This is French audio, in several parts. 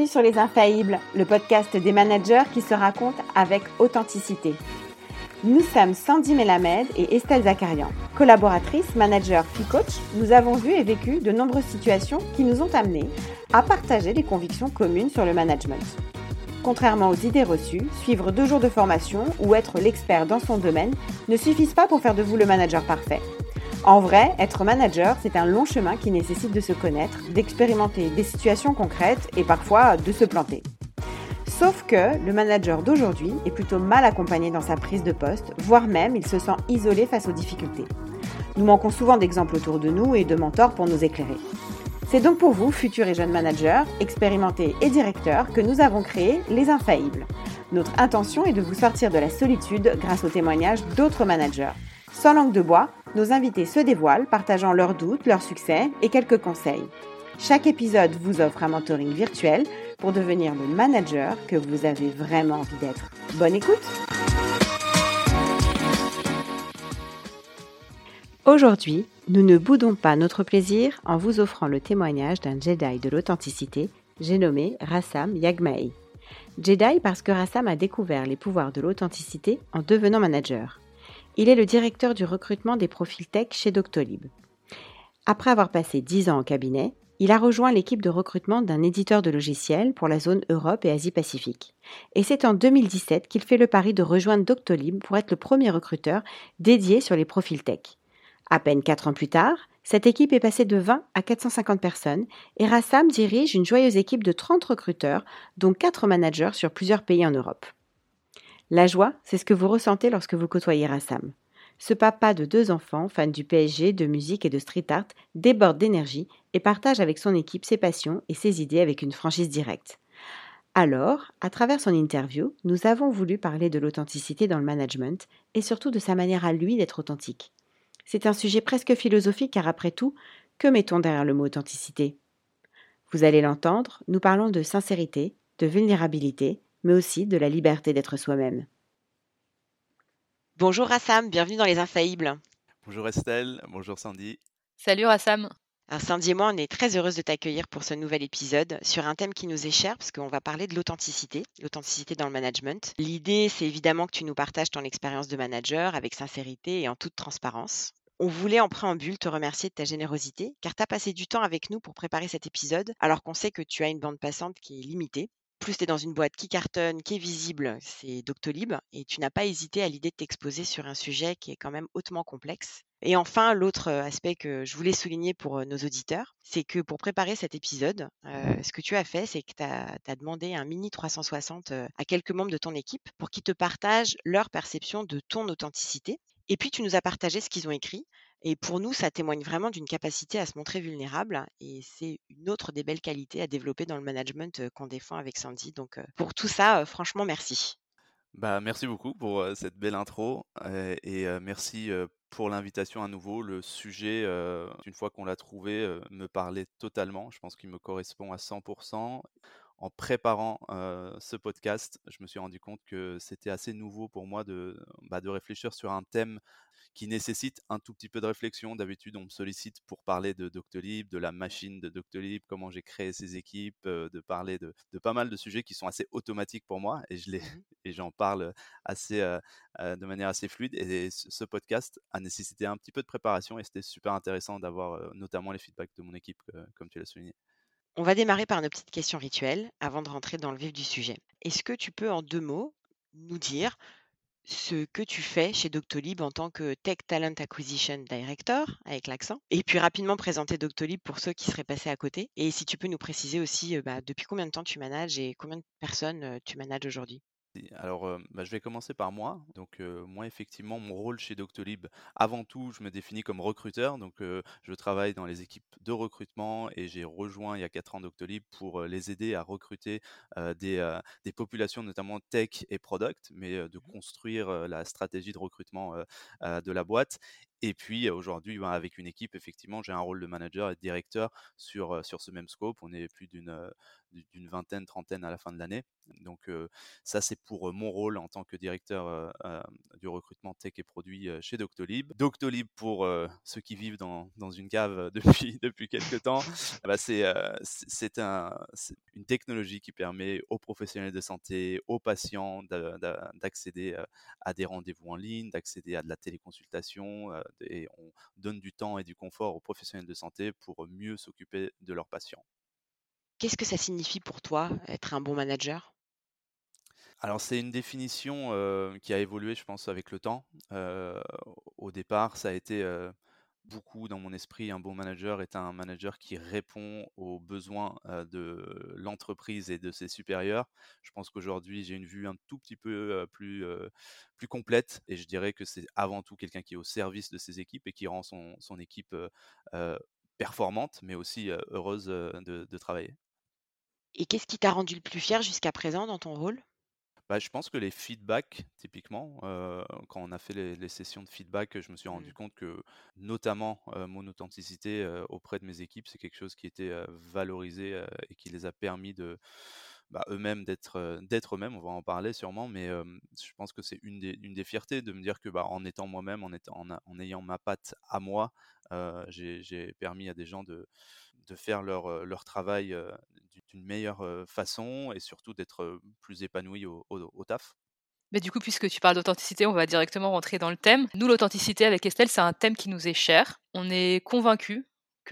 sur Les Infaillibles, le podcast des managers qui se racontent avec authenticité. Nous sommes Sandy Melamed et Estelle Zakarian. Collaboratrices, managers, puis coach, nous avons vu et vécu de nombreuses situations qui nous ont amenés à partager des convictions communes sur le management. Contrairement aux idées reçues, suivre 2 jours de formation ou être l'expert dans son domaine ne suffisent pas pour faire de vous le manager parfait. En vrai, être manager, c'est un long chemin qui nécessite de se connaître, d'expérimenter des situations concrètes et parfois de se planter. Sauf que le manager d'aujourd'hui est plutôt mal accompagné dans sa prise de poste, voire même il se sent isolé face aux difficultés. Nous manquons souvent d'exemples autour de nous et de mentors pour nous éclairer. C'est donc pour vous, futurs et jeunes managers, expérimentés et directeurs, que nous avons créé Les Infaillibles. Notre intention est de vous sortir de la solitude grâce aux témoignages d'autres managers. Sans langue de bois, nos invités se dévoilent, partageant leurs doutes, leurs succès et quelques conseils. Chaque épisode vous offre un mentoring virtuel pour devenir le manager que vous avez vraiment envie d'être. Bonne écoute! Aujourd'hui, nous ne boudons pas notre plaisir en vous offrant le témoignage d'un Jedi de l'authenticité, j'ai nommé Rassam Yagmaei. Jedi parce que Rassam a découvert les pouvoirs de l'authenticité en devenant manager. Il est le directeur du recrutement des profils tech chez Doctolib. Après avoir passé 10 ans en cabinet, il a rejoint l'équipe de recrutement d'un éditeur de logiciels pour la zone Europe et Asie-Pacifique. Et c'est en 2017 qu'il fait le pari de rejoindre Doctolib pour être le premier recruteur dédié sur les profils tech. À peine 4 ans plus tard, cette équipe est passée de 20 à 450 personnes et Rassam dirige une joyeuse équipe de 30 recruteurs, dont 4 managers sur plusieurs pays en Europe. La joie, c'est ce que vous ressentez lorsque vous côtoyez Rassam. Ce papa de 2 enfants, fan du PSG, de musique et de street art, déborde d'énergie et partage avec son équipe ses passions et ses idées avec une franchise directe. Alors, à travers son interview, nous avons voulu parler de l'authenticité dans le management et surtout de sa manière à lui d'être authentique. C'est un sujet presque philosophique car après tout, que mettons derrière le mot authenticité ? Vous allez l'entendre, nous parlons de sincérité, de vulnérabilité, mais aussi de la liberté d'être soi-même. Bonjour Rassam, bienvenue dans Les Infaillibles. Bonjour Estelle, bonjour Sandy. Salut Rassam. Alors Sandy et moi, on est très heureuses de t'accueillir pour ce nouvel épisode sur un thème qui nous est cher parce qu'on va parler de l'authenticité dans le management. L'idée, c'est évidemment que tu nous partages ton expérience de manager avec sincérité et en toute transparence. On voulait en préambule te remercier de ta générosité car tu as passé du temps avec nous pour préparer cet épisode alors qu'on sait que tu as une bande passante qui est limitée. Plus tu es dans une boîte qui cartonne, qui est visible, c'est Doctolib et tu n'as pas hésité à l'idée de t'exposer sur un sujet qui est quand même hautement complexe. Et enfin, l'autre aspect que je voulais souligner pour nos auditeurs, c'est que pour préparer cet épisode, ce que tu as fait, c'est que tu as demandé un mini 360 à quelques membres de ton équipe pour qu'ils te partagent leur perception de ton authenticité. Et puis, tu nous as partagé ce qu'ils ont écrit. Et pour nous, ça témoigne vraiment d'une capacité à se montrer vulnérable. Et c'est une autre des belles qualités à développer dans le management qu'on défend avec Sandy. Donc, pour tout ça, franchement, merci. Merci beaucoup pour cette belle intro et merci pour l'invitation à nouveau. Le sujet, une fois qu'on l'a trouvé, me parlait totalement. Je pense qu'il me correspond à 100%. En préparant ce podcast, je me suis rendu compte que c'était assez nouveau pour moi de réfléchir sur un thème qui nécessite un tout petit peu de réflexion. D'habitude, on me sollicite pour parler de Doctolib, de la machine de Doctolib, comment j'ai créé ces équipes, de parler de pas mal de sujets qui sont assez automatiques pour moi et j'en parle de manière assez fluide. Et ce podcast a nécessité un petit peu de préparation et c'était super intéressant d'avoir notamment les feedbacks de mon équipe, comme tu l'as souligné. On va démarrer par nos petites questions rituelles avant de rentrer dans le vif du sujet. Est-ce que tu peux en 2 mots nous dire ce que tu fais chez Doctolib en tant que Tech Talent Acquisition Director, avec l'accent, et puis rapidement présenter Doctolib pour ceux qui seraient passés à côté. Et si tu peux nous préciser aussi depuis combien de temps tu manages et combien de personnes tu manages aujourd'hui. Alors, je vais commencer par moi. Donc, moi, effectivement, mon rôle chez Doctolib, avant tout, je me définis comme recruteur. Donc, je travaille dans les équipes de recrutement et j'ai rejoint il y a 4 ans Doctolib pour les aider à recruter des populations, notamment tech et product, mais de construire la stratégie de recrutement de la boîte. Et puis aujourd'hui, ben, avec une équipe, effectivement, j'ai un rôle de manager et de directeur sur ce même scope. On est plus d'une vingtaine, trentaine à la fin de l'année. Donc ça, c'est pour mon rôle en tant que directeur du recrutement tech et produit chez Doctolib. Doctolib, pour ceux qui vivent dans une cave depuis quelques temps, bah, c'est une technologie qui permet aux professionnels de santé, aux patients d'accéder à des rendez-vous en ligne, d'accéder à de la téléconsultation, et on donne du temps et du confort aux professionnels de santé pour mieux s'occuper de leurs patients. Qu'est-ce que ça signifie pour toi, être un bon manager? Alors c'est une définition, qui a évolué, je pense, avec le temps. Au départ, ça a été, beaucoup dans mon esprit, un bon manager est un manager qui répond aux besoins, de l'entreprise et de ses supérieurs. Je pense qu'aujourd'hui, j'ai une vue un tout petit peu, plus complète, et je dirais que c'est avant tout quelqu'un qui est au service de ses équipes et qui rend son équipe, heu, performante, mais aussi, heureuse, de travailler. Et qu'est-ce qui t'a rendu le plus fier jusqu'à présent dans ton rôle? Bah, je pense que les feedbacks, typiquement, quand on a fait les sessions de feedback, je me suis rendu Mmh. compte que, notamment, mon authenticité, auprès de mes équipes, c'est quelque chose qui était, valorisé, et qui les a permis de, bah, eux-mêmes d'être eux-mêmes. On va en parler sûrement, mais je pense que c'est une des fiertés de me dire que, bah, en étant moi-même, en ayant ma patte à moi, j'ai permis à des gens de faire leur travail, d'une meilleure, façon, et surtout d'être, plus épanoui au taf. Mais du coup, puisque tu parles d'authenticité, on va directement rentrer dans le thème. Nous, l'authenticité avec Estelle, c'est un thème qui nous est cher. On est convaincus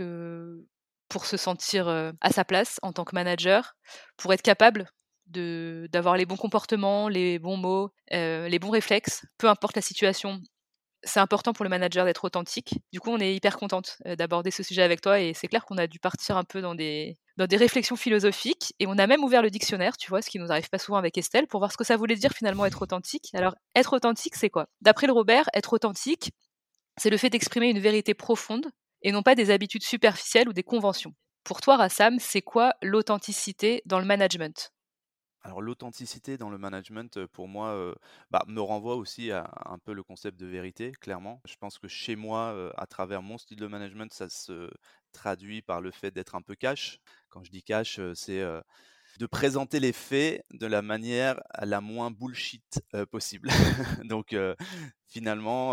que pour se sentir à sa place en tant que manager, pour être capable d'avoir les bons comportements, les bons mots, les bons réflexes, peu importe la situation, c'est important pour le manager d'être authentique. Du coup, on est hyper contente d'aborder ce sujet avec toi et c'est clair qu'on a dû partir un peu dans des réflexions philosophiques et on a même ouvert le dictionnaire, tu vois, ce qui nous arrive pas souvent avec Estelle, pour voir ce que ça voulait dire finalement être authentique. Alors, être authentique, c'est quoi? D'après le Robert, être authentique, c'est le fait d'exprimer une vérité profonde et non pas des habitudes superficielles ou des conventions. Pour toi, Rassam, c'est quoi l'authenticité dans le management? Alors l'authenticité dans le management, pour moi, bah, me renvoie aussi à un peu le concept de vérité, clairement. Je pense que chez moi, à travers mon style de management, ça se traduit par le fait d'être un peu cash. Quand je dis cash, c'est, de présenter les faits de la manière la moins bullshit, possible. Donc finalement,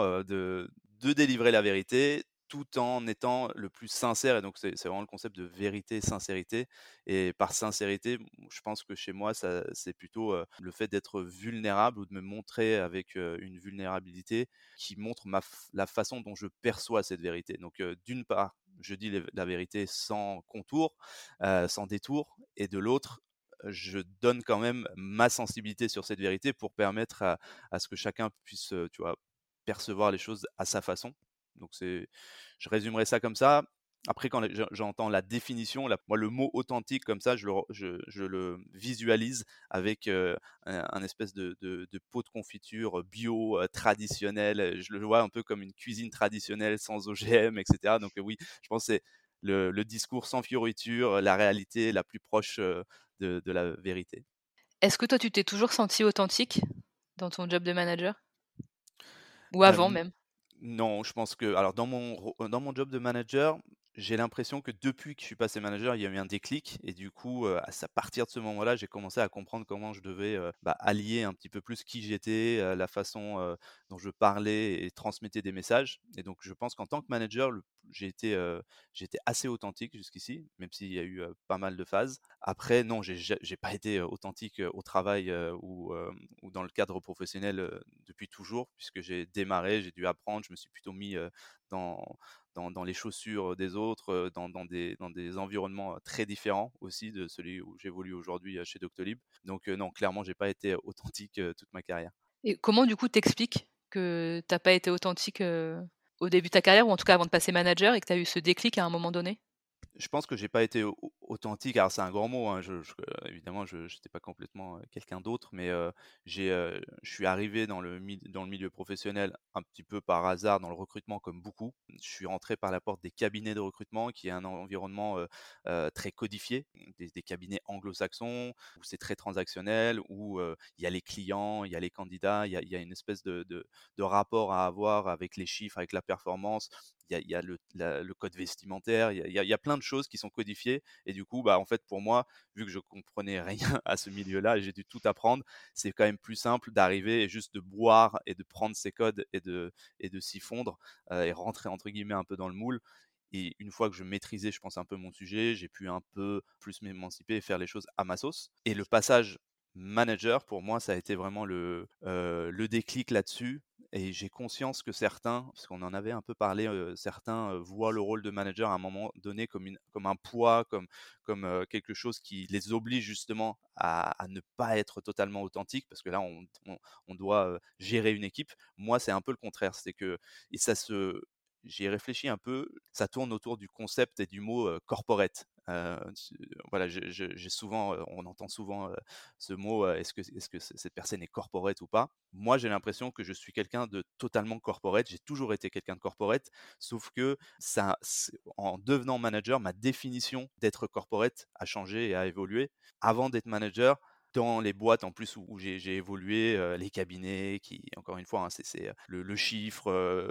de délivrer la vérité tout en étant le plus sincère, et donc c'est vraiment le concept de vérité, sincérité, et par sincérité, je pense que chez moi, ça c'est plutôt, le fait d'être vulnérable ou de me montrer avec, une vulnérabilité qui montre la façon dont je perçois cette vérité. Donc d'une part, je dis la vérité sans contour, sans détour, et de l'autre, je donne quand même ma sensibilité sur cette vérité pour permettre à ce que chacun puisse, tu vois, percevoir les choses à sa façon. Donc je résumerai ça comme ça. Après, quand j'entends la définition, moi, le mot authentique comme ça, je le visualise avec un espèce de pot de confiture bio, traditionnel. Je le vois un peu comme une cuisine traditionnelle sans OGM, etc. Donc oui, je pense que c'est le discours sans fioriture, la réalité la plus proche de la vérité. Est-ce que toi, tu t'es toujours senti authentique dans ton job de manager? Ou avant Hem, même? non, je pense que, alors dans mon job de manager, j'ai l'impression que depuis que je suis passé manager, il y a eu un déclic, et du coup, à partir de ce moment-là, j'ai commencé à comprendre comment je devais, bah, allier un petit peu plus qui j'étais, la façon, dont je parlais et transmettais des messages, et donc je pense qu'en tant que manager, j'ai été assez authentique jusqu'ici, même s'il y a eu, pas mal de phases. Après non, j'ai pas été, authentique, au travail, ou dans le cadre professionnel, depuis toujours, puisque j'ai démarré, j'ai dû apprendre, je me suis plutôt mis, dans dans les chaussures des autres, dans des environnements, très différents aussi de celui où j'évolue aujourd'hui, chez Doctolib. Donc non, clairement, j'ai pas été authentique, toute ma carrière. Et comment du coup t'expliques que t'as pas été authentique, au début de ta carrière ou en tout cas avant de passer manager et que tu as eu ce déclic à un moment donné? Je pense que j'ai pas été authentique. Alors c'est un grand mot, hein, évidemment je j'étais pas complètement, quelqu'un d'autre, mais je suis arrivé dans le milieu professionnel un petit peu par hasard dans le recrutement comme beaucoup. Je suis rentré par la porte des cabinets de recrutement qui est un environnement, très codifié, des cabinets anglo-saxons où c'est très transactionnel, où, il y a les clients, il y a les candidats, il y a une espèce de rapport à avoir avec les chiffres, avec la performance. Il y a le code vestimentaire, il y a plein de choses qui sont codifiées et du coup, bah, en fait, pour moi, vu que je comprenais rien à ce milieu-là et j'ai dû tout apprendre, c'est quand même plus simple d'arriver et juste de boire et de prendre ces codes et de s'y fondre, et rentrer entre guillemets un peu dans le moule. Et une fois que je maîtrisais, je pense, un peu mon sujet, j'ai pu un peu plus m'émanciper et faire les choses à ma sauce. Et le passage manager, pour moi, ça a été vraiment le déclic là-dessus. Et j'ai conscience que certains, parce qu'on en avait un peu parlé, certains voient le rôle de manager à un moment donné comme un poids, comme quelque chose qui les oblige justement à ne pas être totalement authentique, parce que là, on doit gérer une équipe. Moi, c'est un peu le contraire. C'est que, et ça se, j'y ai réfléchi un peu, ça tourne autour du concept et du mot corporate. Voilà, j'ai souvent, on entend souvent ce mot, est-ce que cette personne est corporate ou pas? Moi, j'ai l'impression que je suis quelqu'un de totalement corporate. J'ai toujours été quelqu'un de corporate, sauf que en devenant manager, ma définition d'être corporate a changé et a évolué. Avant d'être manager, dans les boîtes en plus où j'ai évolué, les cabinets qui encore une fois, hein, c'est le chiffre,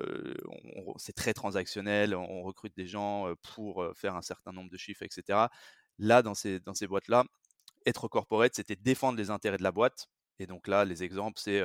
c'est très transactionnel, on recrute des gens, pour, faire un certain nombre de chiffres et cetera. Là, dans ces boîtes-là, être corporate, c'était défendre les intérêts de la boîte et donc là, les exemples, c'est,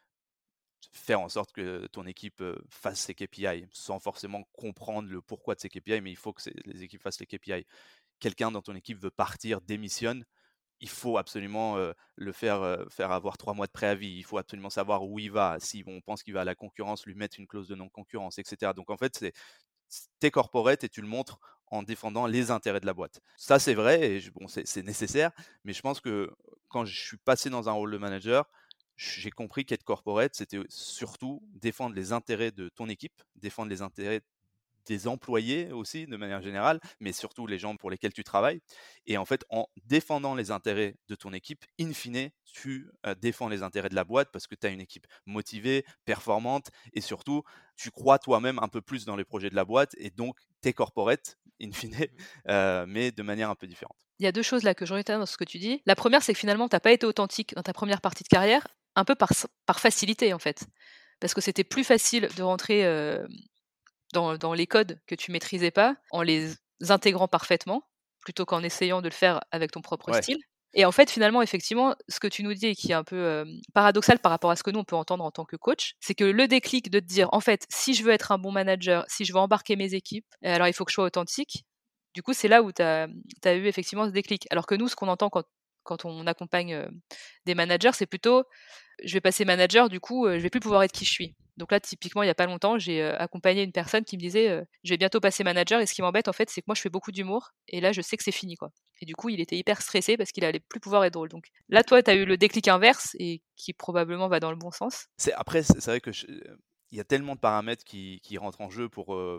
faire en sorte que ton équipe, fasse ses KPI, sans forcément comprendre le pourquoi de ces KPI, mais il faut que les équipes fassent les KPI. Quelqu'un dans ton équipe veut partir, démissionne, il faut absolument, faire avoir 3 mois de préavis. Il faut absolument savoir où il va. Si on pense qu'il va à la concurrence, lui mettre une clause de non-concurrence et cetera. Donc en fait, tu corporate et tu le montres en défendant les intérêts de la boîte. Ça, c'est vrai et bon, c'est nécessaire, mais je pense que quand je suis passé dans un rôle de manager, j'ai compris qu'être corporate, c'était surtout défendre les intérêts de ton équipe, défendre les intérêts des employés aussi, de manière générale, mais surtout les gens pour lesquels tu travailles. Et en fait, en défendant les intérêts de ton équipe, in fine, tu défends les intérêts de la boîte parce que tu as une équipe motivée, performante, et surtout, tu crois toi-même un peu plus dans les projets de la boîte, et donc, tu es corporate, in fine, mais de manière un peu différente. Il y a 2 choses là que je retiens dans ce que tu dis. La première, c'est que finalement, tu as pas été authentique dans ta première partie de carrière, un peu par facilité, en fait. Parce que c'était plus facile de rentrer, dans les codes que tu maîtrisais pas, en les intégrant parfaitement, plutôt qu'en essayant de le faire avec ton propre Ouais, style. Et en fait, finalement, effectivement, ce que tu nous dis et qui est un peu, paradoxal par rapport à ce que nous, on peut entendre en tant que coach, c'est que le déclic de te dire: «En fait, si je veux être un bon manager, si je veux embarquer mes équipes, alors il faut que je sois authentique». Du coup, c'est là où tu as eu effectivement ce déclic. Alors que nous, ce qu'on entend quand on accompagne, des managers, c'est plutôt: «Je vais passer manager, du coup, je vais plus pouvoir être qui je suis». Donc là, typiquement, il y a pas longtemps, j'ai, accompagné une personne qui me disait, «Je vais bientôt passer manager et ce qui m'embête, en fait, c'est que moi, je fais beaucoup d'humour et là, je sais que c'est fini, quoi». Et du coup, il était hyper stressé parce qu'il allait plus pouvoir être drôle. Donc là, toi, tu as eu le déclic inverse et qui probablement va dans le bon sens. après, c'est vrai que il y a tellement de paramètres qui rentrent en jeu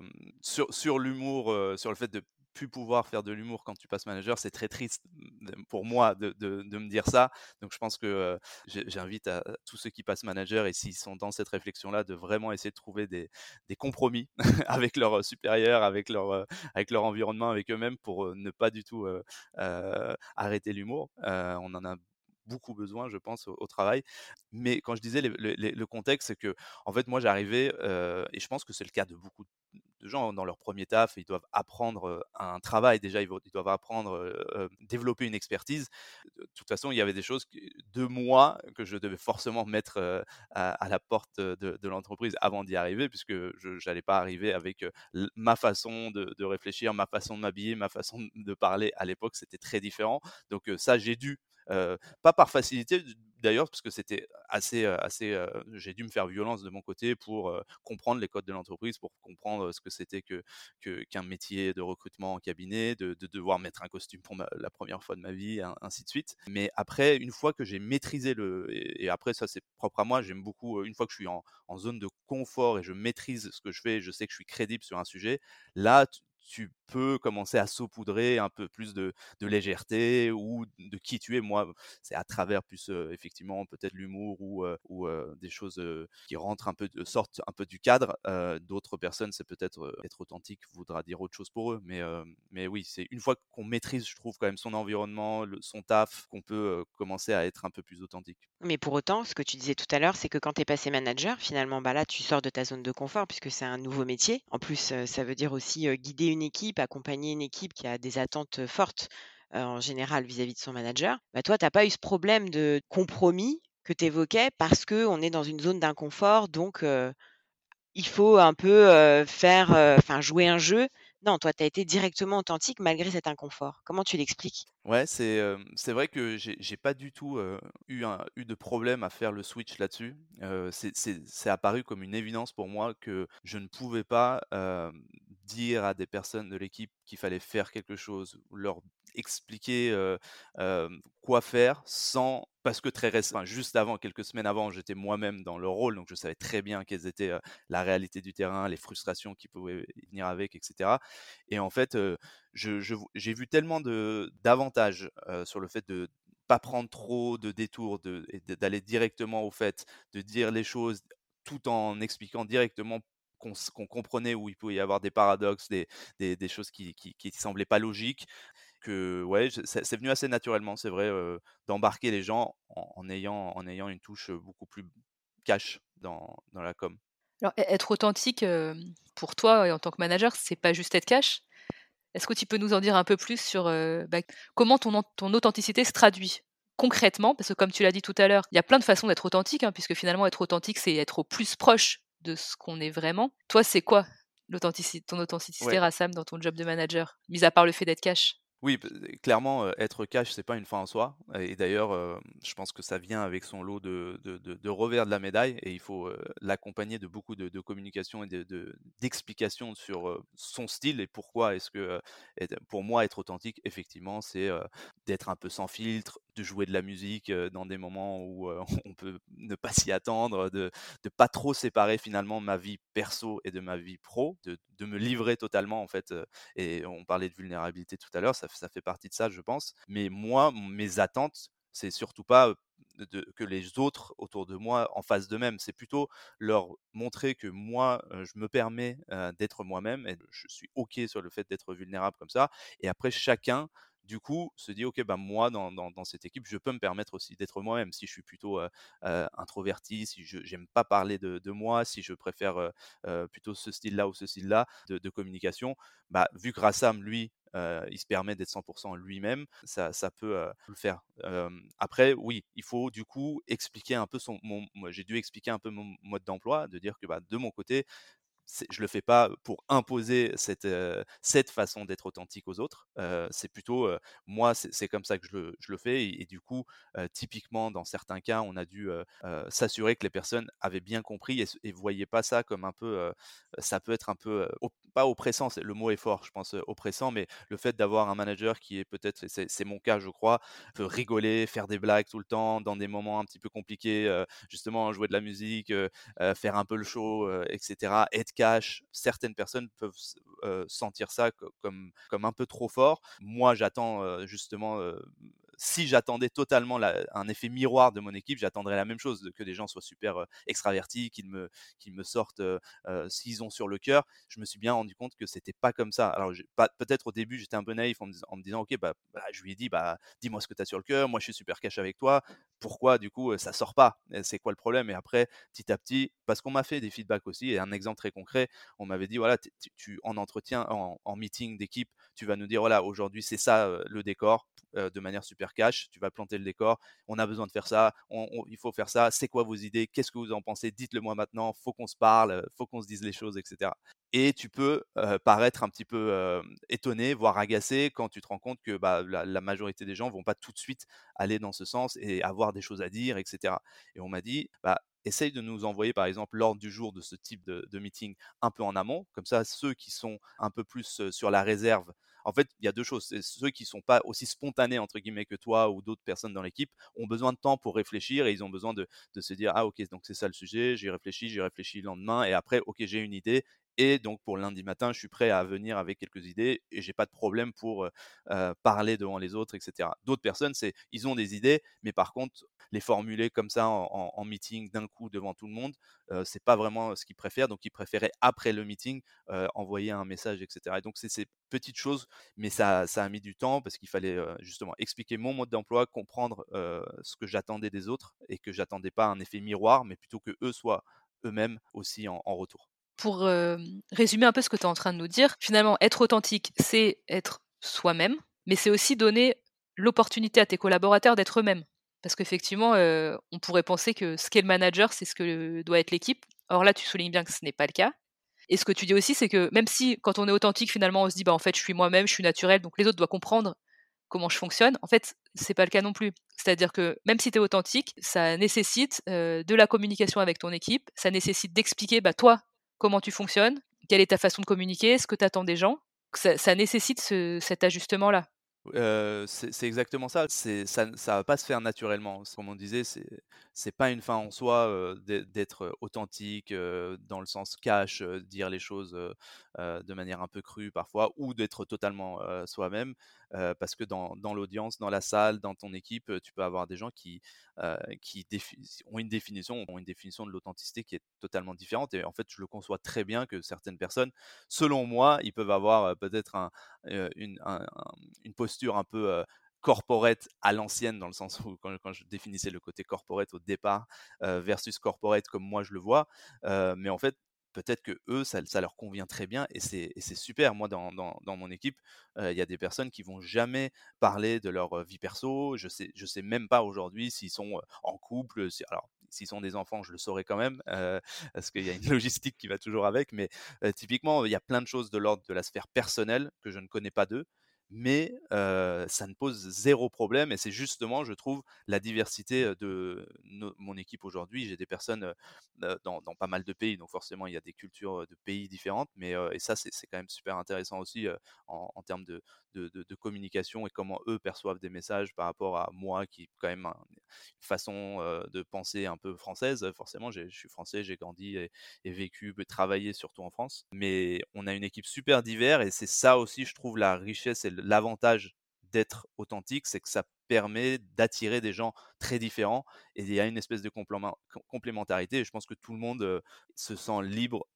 sur l'humour, sur le fait de plus pouvoir faire de l'humour quand tu passes manager. C'est très triste, pour moi de me dire ça. Donc je pense que, j'invite à tous ceux qui passent manager et s'ils sont dans cette réflexion-là, de vraiment essayer de trouver des compromis avec leurs supérieurs, avec leur environnement, avec eux-mêmes pour, ne pas du tout, arrêter l'humour. On en a beaucoup besoin, je pense, au travail. Mais quand je disais le contexte, c'est que en fait, moi, j'arrivais, et je pense que c'est le cas de beaucoup de gens dans leur premier taf, ils doivent apprendre, un travail déjà, ils doivent apprendre, développer une expertise. De toute façon, il y avait des choses de moi que je devais forcément mettre, à la porte de l'entreprise avant d'y arriver, puisque je n'allais pas arriver avec, ma façon de réfléchir, ma façon de m'habiller, ma façon de parler. À l'époque, c'était très différent. Donc ça, j'ai dû, pas par facilité d'ailleurs, parce que c'était j'ai dû me faire violence de mon côté pour comprendre les codes de l'entreprise, pour comprendre ce que c'était qu'un métier de recrutement en cabinet, de devoir mettre un costume pour la première fois de ma vie, ainsi de suite. Mais après, une fois que j'ai maîtrisé et après ça c'est propre à moi, j'aime beaucoup, une fois que je suis en zone de confort et je maîtrise ce que je fais, je sais que je suis crédible sur un sujet, là tu peut commencer à saupoudrer un peu plus de légèreté ou de qui tu es. Moi, c'est à travers plus effectivement peut-être l'humour ou des choses qui rentrent un peu, sortent un peu du cadre. D'autres personnes, c'est peut-être être authentique voudra dire autre chose pour eux. Mais oui, c'est une fois qu'on maîtrise, je trouve, quand même son environnement, son taf, qu'on peut commencer à être un peu plus authentique. Mais pour autant, ce que tu disais tout à l'heure, c'est que quand tu es passé manager, finalement, bah là, tu sors de ta zone de confort puisque c'est un nouveau métier. En plus, ça veut dire aussi guider une équipe, accompagner une équipe qui a des attentes fortes en général vis-à-vis de son manager. Bah, toi, tu n'as pas eu ce problème de compromis que tu évoquais parce qu'on est dans une zone d'inconfort, donc il faut un peu faire, enfin, jouer un jeu. Non, toi, tu as été directement authentique malgré cet inconfort. Comment tu l'expliques? Ouais, c'est vrai que j'ai pas du tout, eu de problème à faire le switch là-dessus. C'est apparu comme une évidence pour moi que je ne pouvais pas, dire à des personnes de l'équipe qu'il fallait faire quelque chose, ou leur expliquer, quoi faire sans parce que juste avant, quelques semaines avant, j'étais moi-même dans le rôle, donc je savais très bien quelles étaient, la réalité du terrain, les frustrations qui pouvaient venir avec et cetera. Et en fait, j'ai vu tellement d'avantages sur le fait de pas prendre trop de détours, d'aller directement au fait, de dire les choses tout en expliquant directement qu'on comprenait où il pouvait y avoir des paradoxes, des choses qui semblaient pas logiques. Que ouais, c'est venu assez naturellement, c'est vrai, d'embarquer les gens en ayant une touche beaucoup plus cash dans la com. Alors être authentique, pour toi et en tant que manager, c'est pas juste être cash. Est-ce que tu peux nous en dire un peu plus sur, comment ton authenticité se traduit concrètement? Parce que comme tu l'as dit tout à l'heure, il y a plein de façons d'être authentique, hein, puisque finalement être authentique, c'est être au plus proche de ce qu'on est vraiment. Toi, c'est quoi ton authenticité, Ouais. Rassam, dans ton job de manager? Mis à part le fait d'être cash? Oui, clairement, être cash, c'est pas une fin en soi et d'ailleurs, je pense que ça vient avec son lot de revers de la médaille et il faut, l'accompagner de beaucoup de communication et d'explications sur, son style et pourquoi est-ce que, pour moi, être authentique, effectivement, c'est, d'être un peu sans filtre, de jouer de la musique, dans des moments où, on peut ne pas s'y attendre, de pas trop séparer finalement ma vie perso et de ma vie pro, de me livrer totalement en fait, et on parlait de vulnérabilité tout à l'heure, ça fait partie de ça, je pense. Mais moi, mes attentes, c'est surtout pas que les autres autour de moi en fassent de même. C'est plutôt leur montrer que moi, je me permets d'être moi-même et je suis OK sur le fait d'être vulnérable comme ça. Et après, chacun, du coup, se dit, OK, bah, moi, dans cette équipe, je peux me permettre aussi d'être moi-même. Si je suis plutôt introverti, si je n'aime pas parler de moi, si je préfère plutôt ce style-là ou ce style-là de communication, bah, vu que Rassam, lui, il se permet d'être 100% lui-même, ça peut le faire. Après, oui, il faut du coup expliquer un peu moi, j'ai dû expliquer un peu mon mode d'emploi, de dire que bah, de mon côté, je le fais pas pour imposer cette façon d'être authentique aux autres. C'est plutôt, moi, c'est comme ça que je le fais et du coup, typiquement, dans certains cas, on a dû, s'assurer que les personnes avaient bien compris et voyaient pas ça comme un peu, ça peut être un peu, pas oppressant, le mot est fort, je pense, oppressant, mais le fait d'avoir un manager qui est peut-être, et c'est mon cas, je crois, peut rigoler, faire des blagues tout le temps dans des moments un petit peu compliqués, justement jouer de la musique, faire un peu le show, et cetera, être cash. Certaines personnes peuvent sentir ça comme un peu trop fort. Moi, j'attends, justement, si j'attendais totalement un effet miroir de mon équipe, j'attendrais la même chose, que des gens soient super, extravertis, qu'ils me sortent, ce qu'ils ont sur le cœur. Je me suis bien rendu compte que c'était pas comme ça. Alors j'ai pas peut-être au début, j'étais un peu naïf en me disant: «OK, bah, je lui ai dit: "Bah, dis-moi ce que tu as sur le cœur, moi je suis super cash avec toi, pourquoi du coup, ça sort pas? C'est quoi le problème?" Et après petit à petit, parce qu'on m'a fait des feedbacks aussi et un exemple très concret, on m'avait dit: «Voilà, en entretien, en meeting d'équipe, tu vas nous dire: "Voilà, aujourd'hui c'est ça, le décor", de manière super cash, tu vas planter le décor, on a besoin de faire ça, il faut faire ça, c'est quoi vos idées? Qu'est-ce que vous en pensez? Dites-le moi maintenant, faut qu'on se parle, faut qu'on se dise les choses" et cetera. Et tu peux, paraître un petit peu, étonné, voire agacé quand tu te rends compte que, bah, la majorité des gens vont pas tout de suite aller dans ce sens et avoir des choses à dire et cetera. Et on m'a dit: «Bah, essaye de nous envoyer par exemple l'ordre du jour de ce type de meeting un peu en amont, comme ça ceux qui sont un peu plus sur la réserve. En fait, il y a deux choses, c'est ceux qui sont pas aussi spontanés entre guillemets que toi ou d'autres personnes dans l'équipe ont besoin de temps pour réfléchir et ils ont besoin de se dire ah ok donc c'est ça le sujet, j'y réfléchis le lendemain et après ok j'ai une idée Et donc pour lundi matin, je suis prêt à venir avec quelques idées et j'ai pas de problème pour parler devant les autres, etc. D'autres personnes, ils ont des idées, mais par contre, les formuler comme ça en meeting d'un coup devant tout le monde, c'est pas vraiment ce qu'ils préfèrent. Donc ils préféraient après le meeting envoyer un message, etc. Et donc c'est ces petites choses, mais ça a mis du temps parce qu'il fallait justement expliquer mon mode d'emploi, comprendre ce que j'attendais des autres et que j'attendais pas un effet miroir, mais plutôt que eux soient eux-mêmes aussi en retour. Pour, résumer un peu ce que tu es en train de nous dire, finalement, être authentique, c'est être soi-même, mais c'est aussi donner l'opportunité à tes collaborateurs d'être eux-mêmes. Parce qu'effectivement, on pourrait penser que ce qu'est le manager, c'est ce que doit être l'équipe. Or là, tu soulignes bien que ce n'est pas le cas. Et ce que tu dis aussi, c'est que même si quand on est authentique, finalement, on se dit: «Bah, en fait, je suis moi-même, je suis naturel, donc les autres doivent comprendre comment je fonctionne». En fait, c'est pas le cas non plus. C'est-à-dire que même si tu es authentique, ça nécessite, de la communication avec ton équipe, ça nécessite d'expliquer, bah, toi, comment tu fonctionnes, quelle est ta façon de communiquer, ce que tu attends des gens. Ça nécessite cet ajustement-là. C'est exactement ça. Ça va pas se faire naturellement. Comme on disait, c'est pas une fin en soi, d'être authentique, dans le sens cash, dire les choses, de manière un peu crue parfois ou d'être totalement, soi-même. Parce que dans l'audience, dans la salle, dans ton équipe, tu peux avoir des gens qui ont une définition de l'authenticité qui est totalement différente et en fait, je le conçois très bien que certaines personnes, selon moi, ils peuvent avoir, peut-être une posture un peu corporate à l'ancienne, dans le sens où quand je définissais le côté corporate au départ versus corporate comme moi je le vois, mais en fait, peut-être que eux, ça leur convient très bien et c'est super. Moi, dans mon équipe, il y a des personnes qui vont jamais parler de leur vie perso. Je sais même pas aujourd'hui s'ils sont en couple. Alors, s'ils sont des enfants, je le saurais quand même, parce qu'il y a une logistique qui va toujours avec. Mais typiquement, il y a plein de choses de l'ordre de la sphère personnelle que je ne connais pas d'eux, mais ça ne pose zéro problème et c'est justement, je trouve, la diversité de mon équipe aujourd'hui. J'ai des personnes dans pas mal de pays, donc forcément, il y a des cultures de pays différentes, mais et ça, c'est quand même super intéressant aussi en termes de communication et comment eux perçoivent des messages par rapport à moi, qui quand même une façon de penser un peu française. Forcément, je suis français, j'ai grandi et vécu, et travaillé surtout en France. Mais on a une équipe super divers et c'est ça aussi, je trouve, la richesse et l'avantage d'être authentique, c'est que ça permet d'attirer des gens très différents et il y a une espèce de complémentarité et je pense que tout le monde se sent libre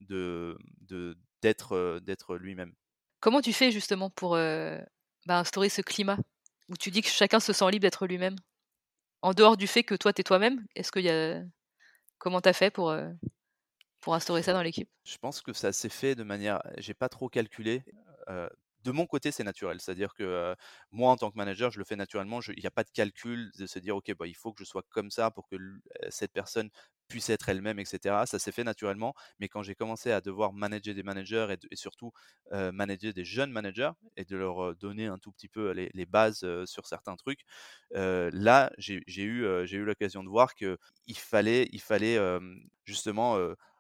d'être lui-même. Comment tu fais justement pour, bah, instaurer ce climat où tu dis que chacun se sent libre d'être lui-même? En dehors du fait que toi, tu es toi-même, est-ce qu'il y a comment tu as fait pour instaurer ça dans l'équipe? Je pense que ça s'est fait de manière j'ai pas trop calculé. Heu, de mon côté, c'est naturel. C'est-à-dire que, moi, en tant que manager, je le fais naturellement. Il y a pas de calcul de se dire: «OK, bah, il faut que je sois comme ça pour que cette personne puisse être elle-même» et cetera. Ça s'est fait naturellement. Mais quand j'ai commencé à devoir manager des managers et surtout, manager des jeunes managers et de leur, donner un tout petit peu les bases, sur certains trucs, là, j'ai eu l'occasion de voir qu'il fallait, justement,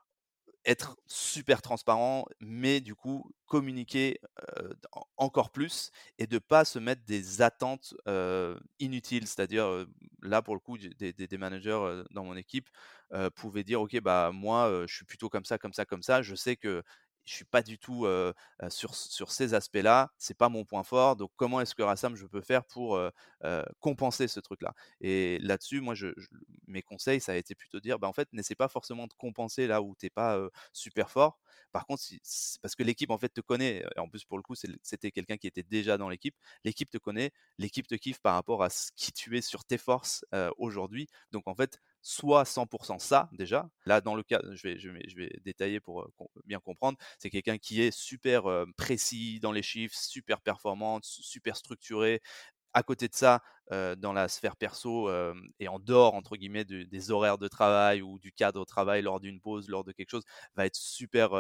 être super transparent, mais du coup communiquer, encore plus et de pas se mettre des attentes, inutiles. C'est-à-dire, là pour le coup des managers, dans mon équipe, pouvaient dire: «OK, bah moi, je suis plutôt comme ça, comme ça, comme ça. Je sais que je suis pas du tout, sur ces aspects-là, c'est pas mon point fort, donc comment est-ce que Rassam je peux faire pour, compenser ce truc-là?» Et là-dessus, moi mes conseils, ça a été plutôt de dire: «Bah, en fait, n'essaie pas forcément de compenser là où tu es pas, super fort. Par contre, parce que l'équipe, en fait, te connaît, et en plus, pour le coup, c'était quelqu'un qui était déjà dans l'équipe. L'équipe te connaît, l'équipe te kiffe par rapport à ce qui tu es sur tes forces, aujourd'hui. Donc en fait, sois 100% ça, déjà. Là, dans le cas je vais détailler pour, bien comprendre. C'est quelqu'un qui est super, précis dans les chiffres, super performant, super structuré. À côté de ça, dans la sphère perso, et en dehors entre guillemets des horaires de travail ou du cadre de travail lors d'une pause, lors de quelque chose, va être super,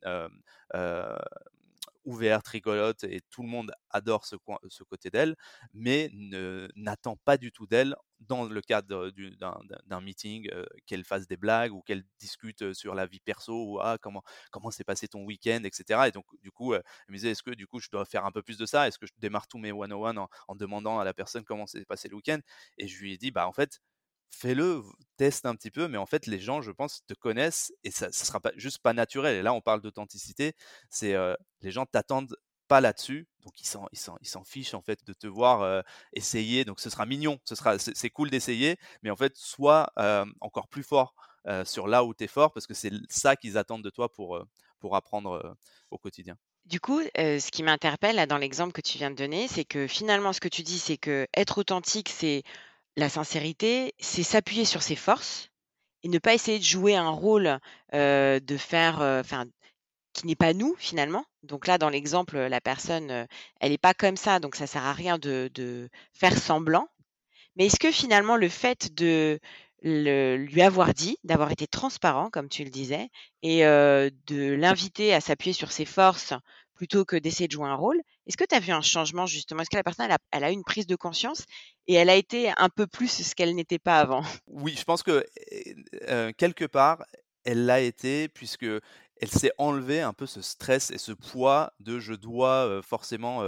heu, ouverte, rigolote et tout le monde adore ce côté d'elle, mais n'attend pas du tout d'elle, dans le cadre d'un meeting, qu'elle fasse des blagues ou qu'elle discute, sur la vie perso ou «Ah comment s'est passé ton week-end?» et cetera et donc du coup, elle me disait: «Est-ce que du coup je dois faire un peu plus de ça? Est-ce que je démarre tous mes one-on-one en demandant à la personne comment s'est passé le week-end?» Et je lui ai dit: «Bah en fait, fais-le, teste un petit peu, mais en fait, les gens, je pense, te connaissent et ça sera pas juste pas naturel. Et là, on parle d'authenticité, c'est les gens t'attendent pas là-dessus, donc ils s'en fichent en fait de te voir essayer. Donc ce sera mignon, c'est cool d'essayer, mais en fait, sois encore plus fort sur là où tu es fort, parce que c'est ça qu'ils attendent de toi pour apprendre au quotidien. Du coup, ce qui m'interpelle là dans l'exemple que tu viens de donner, c'est que finalement ce que tu dis, c'est que être authentique, c'est la sincérité, c'est s'appuyer sur ses forces et ne pas essayer de jouer un rôle, de faire, enfin qui n'est pas nous finalement. Donc là, dans l'exemple, la personne, elle est pas comme ça, donc ça sert à rien de faire semblant. Mais est-ce que finalement le fait de lui avoir dit, d'avoir été transparent comme tu le disais et de l'inviter à s'appuyer sur ses forces plutôt que d'essayer de jouer un rôle, est-ce que tu as vu un changement justement? Est-ce que la personne elle a eu une prise de conscience et elle a été un peu plus ce qu'elle n'était pas avant? Oui, je pense que, quelque part, elle l'a été, puisque elle s'est enlevée un peu ce stress et ce poids de: «Je dois, forcément,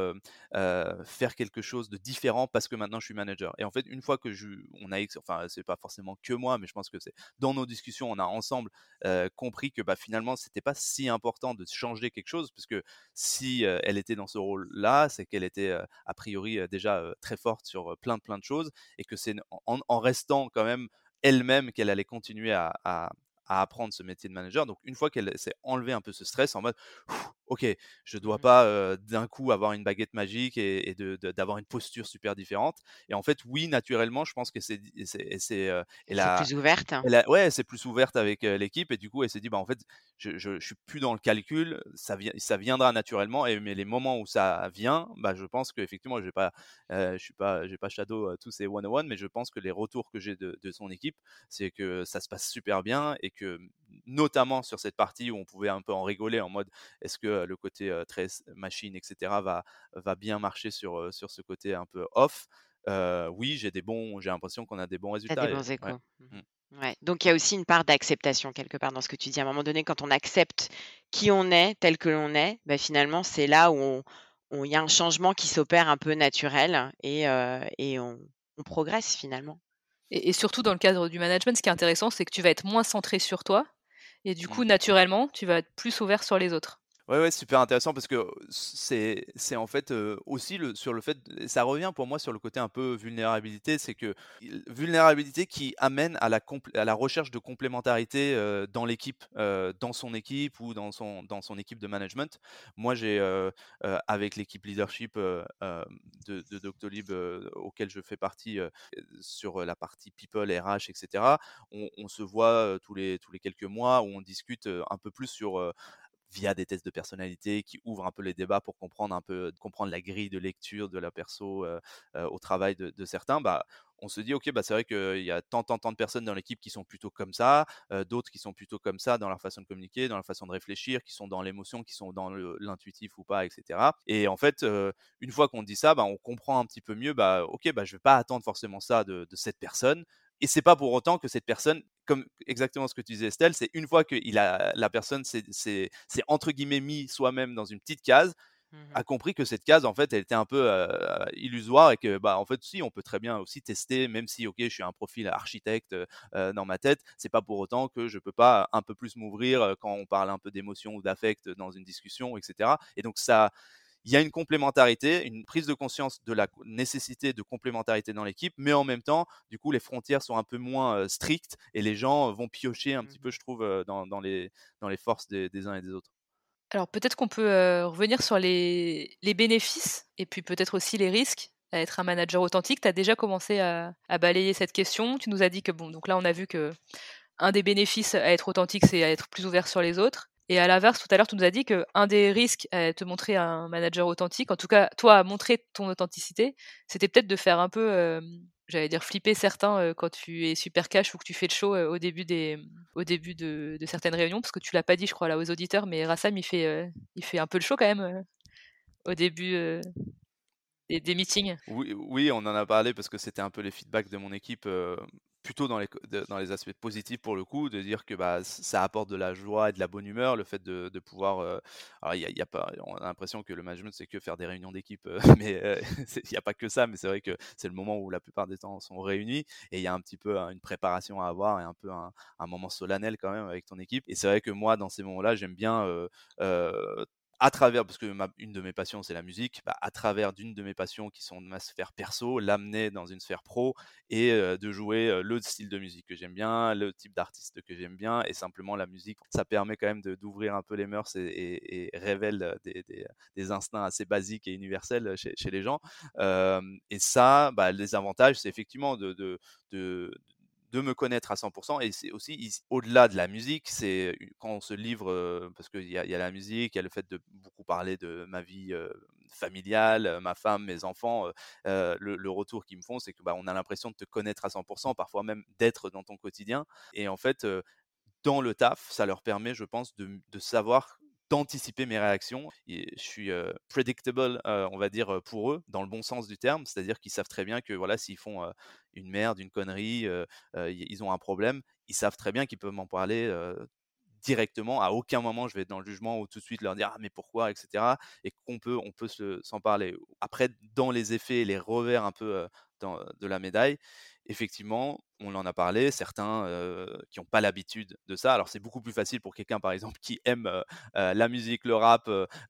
faire quelque chose de différent parce que maintenant je suis manager». Et en fait, une fois que on a enfin, c'est pas forcément que moi, mais je pense que c'est dans nos discussions, on a ensemble, compris que, bah, finalement, c'était pas si important de changer quelque chose, parce que si, elle était dans ce rôle-là, c'est qu'elle était, a priori, déjà, très forte sur, plein de choses, et que c'est en restant quand même elle-même qu'elle allait continuer à apprendre ce métier de manager. Donc une fois qu'elle s'est enlevé un peu ce stress en mode: «OK, je dois Mmh. pas, d'un coup avoir une baguette magique et d'avoir une posture super différente». Et en fait, oui, naturellement, je pense que Elle elle s'est a plus ouverte? ouais, elle s'est plus ouverte avec, l'équipe, et du coup, elle s'est dit: «Bah, en fait, je suis plus dans le calcul, ça viendra naturellement». Mais les moments où ça vient, bah, je pense qu'effectivement, je suis pas j'ai pas shadow, tous ces one on one, mais je pense que les retours que j'ai de son équipe, c'est que ça se passe super bien, et que, notamment sur cette partie où on pouvait un peu en rigoler en mode: «Est-ce que, le côté, très machine et cetera va bien marcher sur ce côté un peu off?» Oui, j'ai l'impression qu'on a des bons Tu as des résultats, et bons ouais. échos? Mmh. Mmh. Ouais, donc il y a aussi une part d'acceptation quelque part dans ce que tu dis. À un moment donné, quand on accepte qui on est, tel que l'on est, bah, finalement, c'est là où il y a un changement qui s'opère un peu naturel et on progresse finalement. Et surtout dans le cadre du management, ce qui est intéressant, c'est que tu vas être moins centré sur toi et du coup, Mmh. naturellement, tu vas être plus ouvert sur les autres. Ouais, ouais, super intéressant, parce que c'est en fait, aussi sur le fait, ça revient pour moi sur le côté un peu vulnérabilité. C'est que vulnérabilité qui amène à la recherche de complémentarité, dans l'équipe, dans son équipe ou dans son équipe de management. Moi, avec l'équipe leadership, de Doctolib, auquel je fais partie, sur la partie people, RH et cetera, on se voit, tous les quelques mois, où on discute, un peu plus via des tests de personnalité qui ouvrent un peu les débats pour comprendre la grille de lecture de la perso, au travail de certains. Bah, on se dit: «OK, bah, c'est vrai qu'il y a tant de personnes dans l'équipe qui sont plutôt comme ça, d'autres qui sont plutôt comme ça dans leur façon de communiquer, dans leur façon de réfléchir, qui sont dans l'émotion, qui sont dans l'intuitif ou pas, et cetera». Et en fait, une fois qu'on dit ça, bah, on comprend un petit peu mieux, bah, OK, bah, je vais pas attendre forcément ça de cette personne, et c'est pas pour autant que cette personne, comme exactement ce que tu disais, Estelle, c'est une fois que la personne s'est entre guillemets mis soi-même dans une petite case, Mmh. a compris que cette case, en fait, elle était un peu illusoire, et que, bah, en fait, si, on peut très bien aussi tester, même si, OK, je suis un profil architecte dans ma tête, c'est pas pour autant que je peux pas un peu plus m'ouvrir quand on parle un peu d'émotion ou d'affect dans une discussion, etc. Et donc, il y a une complémentarité, une prise de conscience de la nécessité de complémentarité dans l'équipe, mais en même temps, du coup, les frontières sont un peu moins strictes, et les gens vont piocher un petit peu, Mmh. je trouve, dans les forces des uns et des autres. Alors peut-être qu'on peut, revenir sur les bénéfices et puis peut-être aussi les risques à être un manager authentique. Tu as déjà commencé à balayer cette question. Tu nous as dit que bon, donc là, on a vu que un des bénéfices à être authentique, c'est à être plus ouvert sur les autres. Et à l'inverse, tout à l'heure, tu nous as dit qu'un des risques à te montrer un manager authentique, en tout cas, toi, à montrer ton authenticité, c'était peut-être de faire un peu, j'allais dire flipper certains, quand tu es super cash ou que tu fais le show, au début de certaines réunions. Parce que tu l'as pas dit, je crois, là, aux auditeurs, mais Rassam, il fait un peu le show quand même, au début, des meetings. Oui, oui, on en a parlé parce que c'était un peu les feedbacks de mon équipe, plutôt dans les aspects positifs pour le coup, de dire que bah, ça apporte de la joie et de la bonne humeur, le fait de pouvoir. Alors, il y a pas, on a l'impression que le management, c'est que faire des réunions d'équipe, mais il n'y a pas que ça, mais c'est vrai que c'est le moment où la plupart des temps sont réunis et il y a un petit peu une préparation à avoir et un peu un moment solennel quand même avec ton équipe. Et c'est vrai que moi, dans ces moments-là, j'aime bien. À travers, parce que une de mes passions, c'est la musique, bah, à travers d'une de mes passions qui sont de ma sphère perso, l'amener dans une sphère pro et de jouer le style de musique que j'aime bien, le type d'artiste que j'aime bien, et simplement la musique, ça permet quand même d'ouvrir un peu les mœurs et révèle des instincts assez basiques et universels chez les gens. Et ça, bah, les avantages, c'est effectivement de de me connaître à 100%. Et c'est aussi au-delà de la musique, c'est quand on se livre, parce qu'il y a la musique, il y a le fait de beaucoup parler de ma vie familiale, ma femme, mes enfants, le retour qu'ils me font, c'est que bah, on a l'impression de te connaître à 100%, parfois même d'être dans ton quotidien. Et en fait, dans le taf, ça leur permet, je pense, de savoir d'anticiper mes réactions. Et je suis predictable, on va dire, pour eux, dans le bon sens du terme. C'est-à-dire qu'ils savent très bien que voilà, s'ils font une merde, une connerie, ils ont un problème, ils savent très bien qu'ils peuvent m'en parler directement. À aucun moment, je vais être dans le jugement ou tout de suite leur dire: «Ah mais pourquoi?» et cetera, et on peut s'en parler. Après, dans les effets et les revers un peu, de la médaille, effectivement, on en a parlé, certains, qui n'ont pas l'habitude de ça. Alors c'est beaucoup plus facile pour quelqu'un, par exemple, qui aime, la musique, le rap,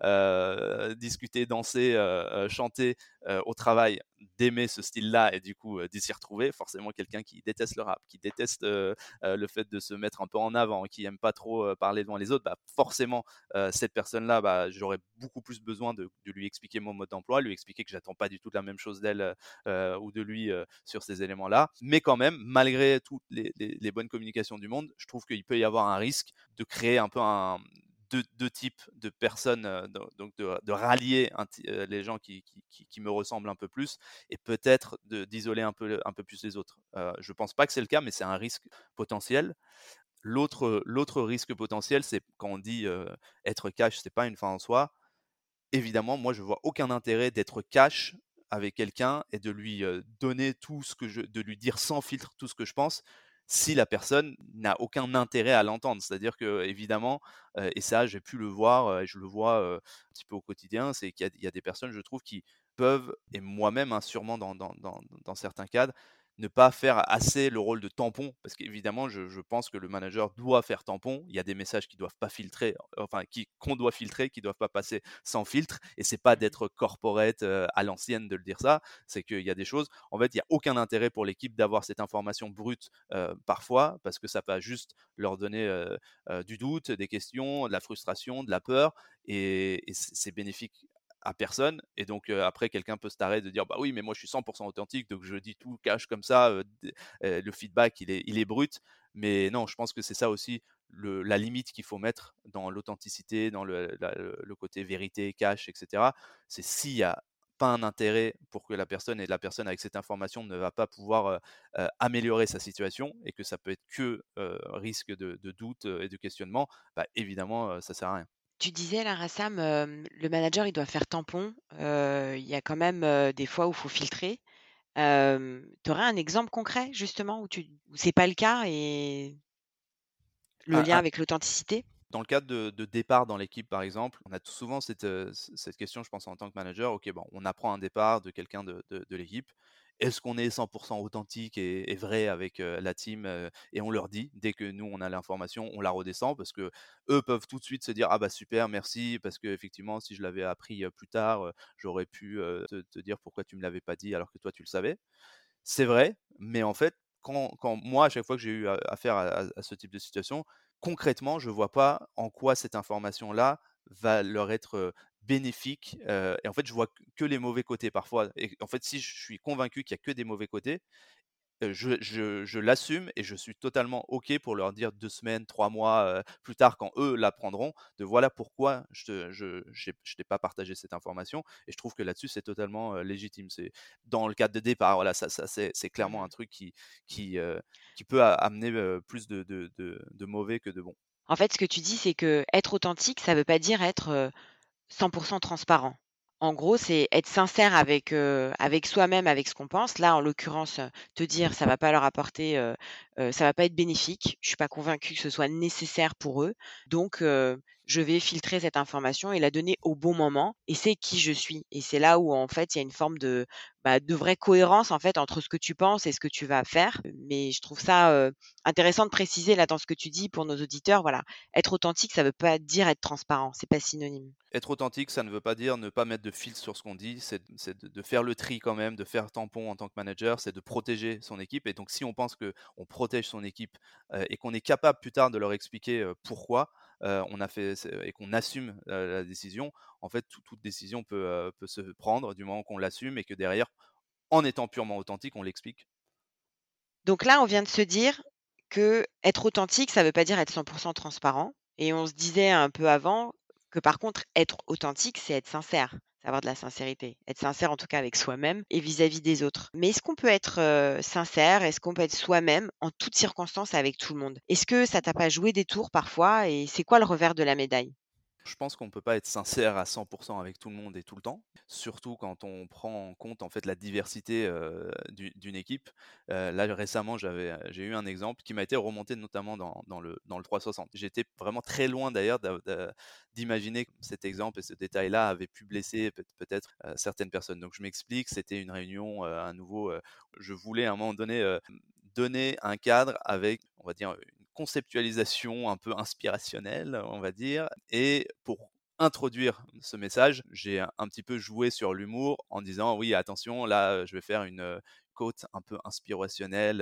discuter, danser, chanter, au travail, d'aimer ce style-là et du coup, de s'y retrouver. Forcément, quelqu'un qui déteste le rap, qui déteste, le fait de se mettre un peu en avant, qui aime pas trop parler devant les autres, bah, forcément, cette personne-là, bah, j'aurais beaucoup plus besoin de lui expliquer mon mode d'emploi, lui expliquer que j'attends pas du tout la même chose d'elle ou de lui sur ces éléments-là. Mais quand même, malgré toutes les bonnes communications du monde, je trouve qu'il peut y avoir un risque de créer un peu deux types de personnes, donc de rallier les gens qui me ressemblent un peu plus et peut-être d'isoler un peu plus les autres. Je pense pas que c'est le cas, mais c'est un risque potentiel. L'autre risque potentiel, c'est quand on dit être cash, c'est pas une fin en soi. Évidemment, moi, je vois aucun intérêt d'être cash avec quelqu'un et de lui donner de lui dire sans filtre tout ce que je pense, si la personne n'a aucun intérêt à l'entendre. C'est-à-dire que, évidemment, et ça, j'ai pu le voir, et je le vois un petit peu au quotidien, c'est il y a des personnes, je trouve, qui peuvent, et moi-même, hein, sûrement dans certains cadres, ne pas faire assez le rôle de tampon, parce qu'évidemment, je pense que le manager doit faire tampon. Il y a des messages qui doivent pas filtrer, enfin, qu'on doit filtrer, qui doivent pas passer sans filtre. Et c'est pas Mmh. d'être corporate à l'ancienne de le dire ça. C'est qu'il y a des choses. En fait, il y a aucun intérêt pour l'équipe d'avoir cette information brute parfois, parce que ça va juste leur donner du doute, des questions, de la frustration, de la peur, et c'est bénéfique à personne. Et donc après, quelqu'un peut se tarer de dire bah oui, mais moi je suis 100% authentique, donc je dis tout cash comme ça, le feedback il est brut. Mais non, je pense que c'est ça aussi la limite qu'il faut mettre dans l'authenticité, dans le côté vérité, cash, etc. C'est s'il y a pas un intérêt pour que la personne, et la personne avec cette information ne va pas pouvoir améliorer sa situation, et que ça peut être que risque de doute et de questionnement, bah, évidemment ça sert à rien. Tu disais là, Rassam, le manager, il doit faire tampon. Il y a quand même, des fois où il faut filtrer. Tu aurais un exemple concret justement où c'est pas le cas et le lien avec l'authenticité? Dans le cadre de départ dans l'équipe, par exemple, on a souvent cette question, je pense, en tant que manager. Ok, bon, on apprend un départ de quelqu'un de l'équipe. Est-ce qu'on est 100% authentique et vrai avec la team, et on leur dit, dès que nous, on a l'information, on la redescend, parce que eux peuvent tout de suite se dire: ah bah super, merci, parce que effectivement, si je l'avais appris plus tard, j'aurais pu te dire pourquoi tu me l'avais pas dit alors que toi, tu le savais. C'est vrai, mais en fait, quand moi, à chaque fois que j'ai eu affaire à ce type de situation, concrètement, je vois pas en quoi cette information-là va leur être, bénéfique, et en fait, je vois que les mauvais côtés parfois. Et en fait, si je suis convaincu qu'il y a que des mauvais côtés, je l'assume, et je suis totalement OK pour leur dire 2 semaines, 3 mois, plus tard, quand eux l'apprendront, de voilà pourquoi je t'ai pas partagé cette information. Et je trouve que là-dessus, c'est totalement légitime. C'est dans le cadre de départ, voilà, ça c'est clairement un Mmh. truc qui, heu, qui peut amener plus de mauvais que de bon. En fait, ce que tu dis, c'est que être authentique, ça veut pas dire être, 100 transparent. En gros, c'est être sincère avec soi-même, avec ce qu'on pense. Là, en l'occurrence, te dire: «Ça va pas leur apporter, ça va pas être bénéfique. Je suis pas convaincue que ce soit nécessaire pour eux, donc je vais filtrer cette information et la donner au bon moment et c'est qui je suis» et c'est là où, en fait, il y a une forme de vraie cohérence, en fait, entre ce que tu penses et ce que tu vas faire. Mais je trouve ça, intéressant de préciser, là, dans ce que tu dis pour nos auditeurs, voilà, être authentique, ça veut pas dire être transparent, c'est pas synonyme. Être authentique, ça ne veut pas dire ne pas mettre de filtre sur ce qu'on dit, c'est de faire le tri quand même, de faire tampon en tant que manager, c'est de protéger son équipe. Et donc, si on pense qu'on protège son équipe et qu'on est capable plus tard de leur expliquer pourquoi on a fait et qu'on assume la décision, en fait, toute décision peut se prendre du moment qu'on l'assume et que derrière, en étant purement authentique, on l'explique. Donc là, on vient de se dire que être authentique, ça veut pas dire être 100 transparent et on se disait un peu avant que par contre être authentique, c'est être sincère, c'est avoir de la sincérité. Être sincère en tout cas avec soi-même et vis-à-vis des autres. Mais est-ce qu'on peut être, sincère? Est-ce qu'on peut être soi-même en toutes circonstances avec tout le monde? Est-ce que ça t'a pas joué des tours parfois et c'est quoi le revers de la médaille? Je pense qu'on ne peut pas être sincère à 100 avec tout le monde et tout le temps, surtout quand on prend en compte, en fait, la diversité, d'une équipe. Là, récemment, j'ai eu un exemple qui m'a été remonté notamment dans le 360. J'étais vraiment très loin d'ailleurs d'imaginer que cet exemple et ce détail-là avait pu blesser peut-être, certaines personnes. Donc je m'explique, c'était une réunion, à nouveau, je voulais à un moment donné, donner un cadre avec, on va dire, une conceptualisation un peu inspirationnelle, on va dire. Et pour introduire ce message, j'ai un petit peu joué sur l'humour en disant: «Oui, attention, là, je vais faire une, quote un peu inspirationnelle,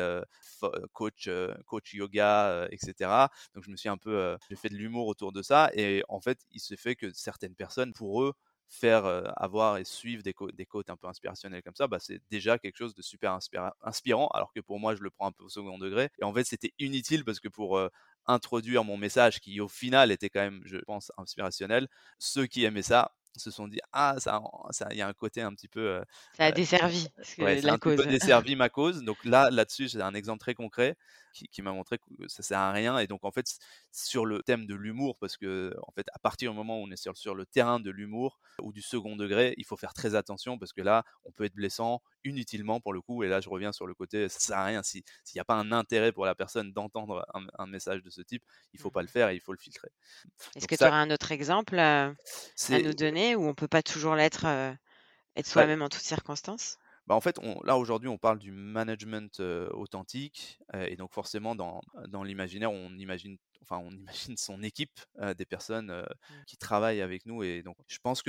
coach yoga, et cetera». Donc je me suis un peu, j'ai fait de l'humour autour de ça et en fait, il se fait que certaines personnes, pour eux, faire, avoir et suivre des quotes un peu inspirationnelles comme ça, bah, c'est déjà quelque chose de super inspirant, alors que pour moi, je le prends un peu au second degré et en fait, c'était inutile parce que pour, introduire mon message qui, au final, était quand même, je pense, inspirationnel, ceux qui aimaient ça se sont dit: «Ah ça il y a un côté un petit peu, Ça a heu, desservi ouais, ça a la un petit peu cause. desservi ma cause». Donc là-dessus, c'est un exemple très concret qui m'a montré que ça sert à rien et donc en fait, sur le thème de l'humour, parce que en fait, à partir du moment où on est sur le terrain de l'humour ou du second degré, il faut faire très attention parce que là, on peut être blessant inutilement pour le coup et là, je reviens sur le côté, ça sert à rien s'il y a pas un intérêt pour la personne d'entendre un message de ce type, il faut pas le Mmh. faire et il faut le filtrer. Est-ce Donc que tu ça, aurais un autre exemple, à c'est nous donner où on peut pas toujours l'être, être bah soi-même en toutes circonstances? Bah, en fait, là aujourd'hui, on parle du management, authentique, et donc forcément dans l'imaginaire, on imagine son équipe, des personnes, Mmh. qui travaillent avec nous et donc je pense que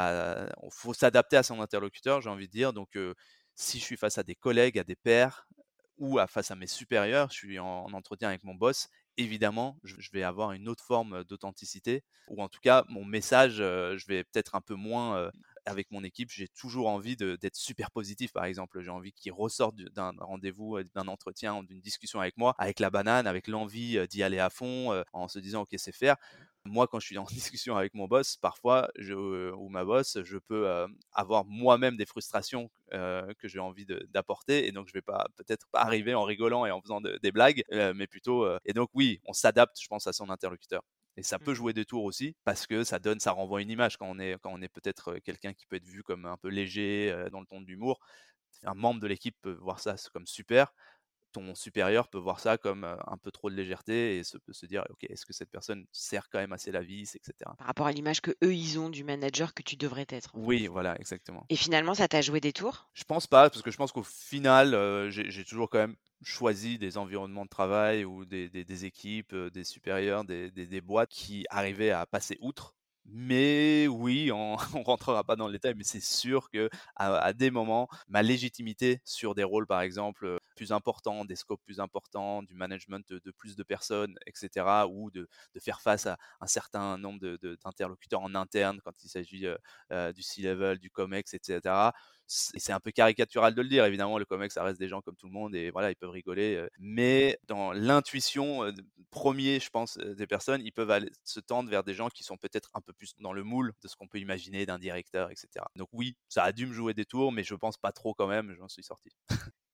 faut s'adapter à son interlocuteur, j'ai envie de dire. Donc si je suis face à des collègues, à des pairs ou face à mes supérieurs, je suis en entretien avec mon boss, évidemment, je vais avoir une autre forme, d'authenticité ou en tout cas mon message, je vais peut-être un peu moins, avec mon équipe, j'ai toujours envie d'être super positif, par exemple. J'ai envie qu'ils ressortent d'un rendez-vous, d'un entretien ou d'une discussion avec moi, avec la banane, avec l'envie d'y aller à fond, en se disant: «Ok, c'est faire». Moi, quand je suis en discussion avec mon boss, parfois, ou ma boss, je peux avoir moi-même des frustrations que j'ai envie d'apporter. Et donc, je vais pas peut-être pas arriver en rigolant et en faisant des blagues, mais plutôt. Et donc, oui, on s'adapte, je pense, à son interlocuteur. Et ça peut Mmh. jouer des tours aussi parce que ça renvoie une image quand on est peut-être, quelqu'un qui peut être vu comme un peu léger, dans le ton de l'humour. Un membre de l'équipe peut voir ça comme super. Ton supérieur peut voir ça comme, un peu trop de légèreté et peut se dire: «OK, est-ce que cette personne sert quand même assez la vis?» et cetera. Par rapport à l'image qu'eux, ils ont du manager que tu devrais être, en Oui, fait. voilà, exactement. Et finalement, ça t'a joué des tours? Je pense pas, parce que je pense qu'au final, j'ai toujours quand même choisi des environnements de travail ou des équipes, des supérieurs, des boîtes qui arrivaient à passer outre. Mais oui, on rentrera pas dans le détail, mais c'est sûr qu'à des moments, ma légitimité sur des rôles, par exemple, plus importants, des scopes plus importants, du management de plus de personnes et cetera, ou de faire face à un certain nombre d'interlocuteurs en interne quand il s'agit, du C-level, du COMEX et cetera. C'est un peu caricatural de le dire, évidemment, le comex, ça reste des gens comme tout le monde et voilà, ils peuvent rigoler. Mais dans l'intuition premier, je pense, des personnes, ils peuvent se tendre vers des gens qui sont peut-être un peu plus dans le moule de ce qu'on peut imaginer d'un directeur, etc. Donc oui, ça a dû me jouer des tours, mais je pense pas trop quand même, j'en suis sorti.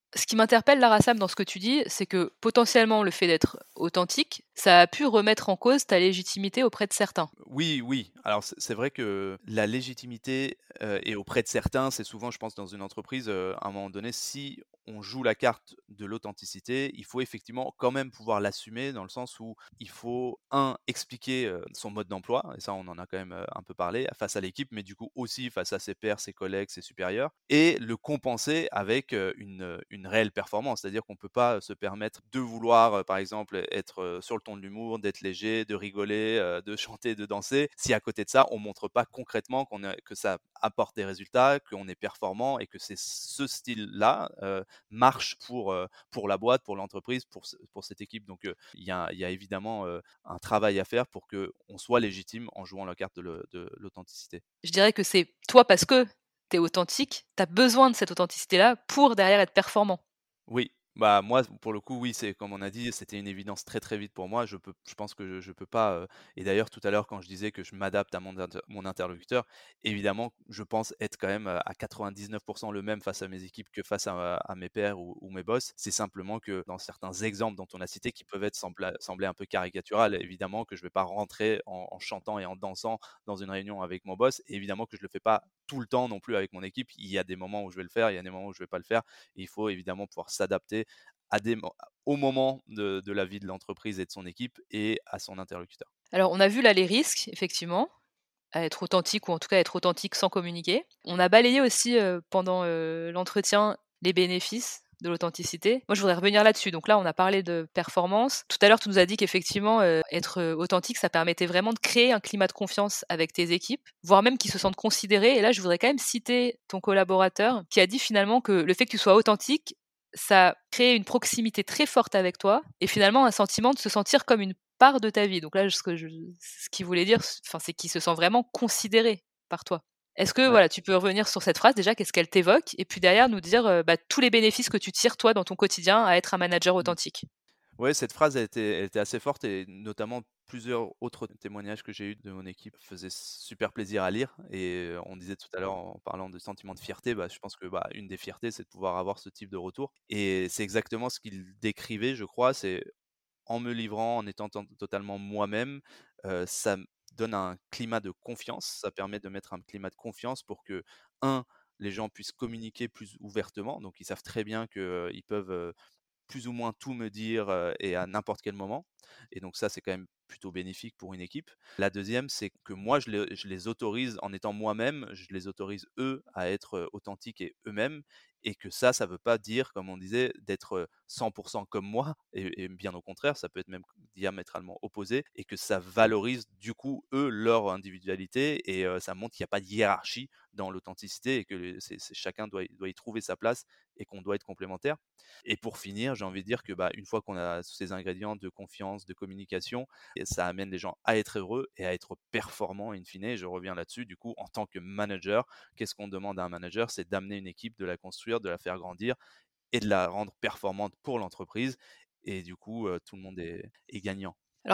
Ce qui m'interpelle là, Rassam, dans ce que tu dis, c'est que potentiellement le fait d'être authentique, ça a pu remettre en cause ta légitimité auprès de certains. Oui, oui. Alors c'est vrai que la légitimité, et auprès de certains, c'est souvent, je pense, dans une entreprise, à un moment donné, si on joue la carte de l'authenticité, il faut effectivement quand même pouvoir l'assumer dans le sens où il faut, un expliquer, son mode d'emploi et ça, on en a quand même, un peu parlé, face à l'équipe, mais du coup aussi face à ses pairs, ses collègues, ses supérieurs et le compenser avec, une réelle performance. C'est-à-dire qu'on peut pas se permettre de vouloir, par exemple, être, sur le ton de l'humour, d'être léger, de rigoler, de chanter, de danser, si à côté de ça, on montre pas concrètement que ça apporte des résultats, qu'on est performant et que c'est ce style-là, marche pour la boîte, pour l'entreprise, pour cette équipe. Donc, il y a évidemment, un travail à faire pour qu'on soit légitime en jouant la carte de l'authenticité. Je dirais que c'est toi parce que tu es authentique, tu as besoin de cette authenticité-là pour derrière être performant. Oui, bah, moi, pour le coup, oui, c'est comme on a dit, c'était une évidence très, très vite pour moi. Je pense que je peux pas, et d'ailleurs tout à l'heure quand je disais que je m'adapte à mon interlocuteur, évidemment, je pense être quand même, à 99 le même face à mes équipes que face à mes pairs ou mes boss. C'est simplement que dans certains exemples dont on a cité qui peuvent être sembler un peu caricatural, évidemment que je vais pas rentrer en chantant et en dansant dans une réunion avec mon boss et évidemment que je le fais pas tout le temps non plus avec mon équipe. Il y a des moments où je vais le faire, il y a des moments où je vais pas le faire. Et il faut évidemment pouvoir s'adapter à au moment de la vie de l'entreprise et de son équipe et à son interlocuteur. Alors on a vu là les risques, effectivement, à être authentique ou en tout cas être authentique sans communiquer. On a balayé aussi, pendant, l'entretien, les bénéfices de l'authenticité. Moi, je voudrais revenir là-dessus. Donc là, on a parlé de performance. Tout à l'heure, tu nous as dit qu'effectivement, être, authentique, ça permettait vraiment de créer un climat de confiance avec tes équipes, voire même qu'ils se sentent considérés. Et là, je voudrais quand même citer ton collaborateur qui a dit finalement que le fait que tu sois authentique, ça crée une proximité très forte avec toi et finalement un sentiment de se sentir comme une part de ta vie. Donc là, ce qu'il voulait dire, enfin, c'est qu'il se sent vraiment considéré par toi. Est-ce que Ouais. voilà, tu peux revenir sur cette phrase déjà, qu'est-ce qu'elle t'évoque? Et puis derrière nous dire, bah, tous les bénéfices que tu tires toi dans ton quotidien à être un manager Mmh. authentique. Ouais, cette phrase elle était assez forte et notamment plusieurs autres témoignages que j'ai eus de mon équipe faisaient super plaisir à lire et on disait tout à l'heure en parlant de sentiment de fierté, bah, je pense que, bah, une des fiertés, c'est de pouvoir avoir ce type de retour et c'est exactement ce qu'il décrivait, je crois. C'est en me livrant, en étant totalement moi-même, ça me donne un climat de confiance. Ça permet de mettre un climat de confiance pour que, un, les gens puissent communiquer plus ouvertement. Donc ils savent très bien qu'ils peuvent, plus ou moins tout me dire, et à n'importe quel moment et donc ça, c'est quand même plutôt bénéfique pour une équipe. La deuxième, c'est que moi, je les autorise en étant moi-même, je les autorise eux à être, authentiques et eux-mêmes et que ça veut pas dire, comme on disait, d'être, 100 comme moi et bien au contraire, ça peut être même diamétralement opposé et que ça valorise du coup, eux, leur individualité et ça montre qu'il y a pas de hiérarchie dans l'authenticité et que c'est chacun doit y trouver sa place et qu'on doit être complémentaires. Et pour finir, j'ai envie de dire que, bah, une fois qu'on a tous ces ingrédients de confiance, de communication, et ça amène les gens à être heureux et à être performants in fine. Et je reviens là-dessus, du coup, en tant que manager, qu'est-ce qu'on demande à un manager? C'est d'amener une équipe, de la construire, de la faire grandir et de la rendre performante pour l'entreprise. Et du coup, tout le monde est gagnant. Alors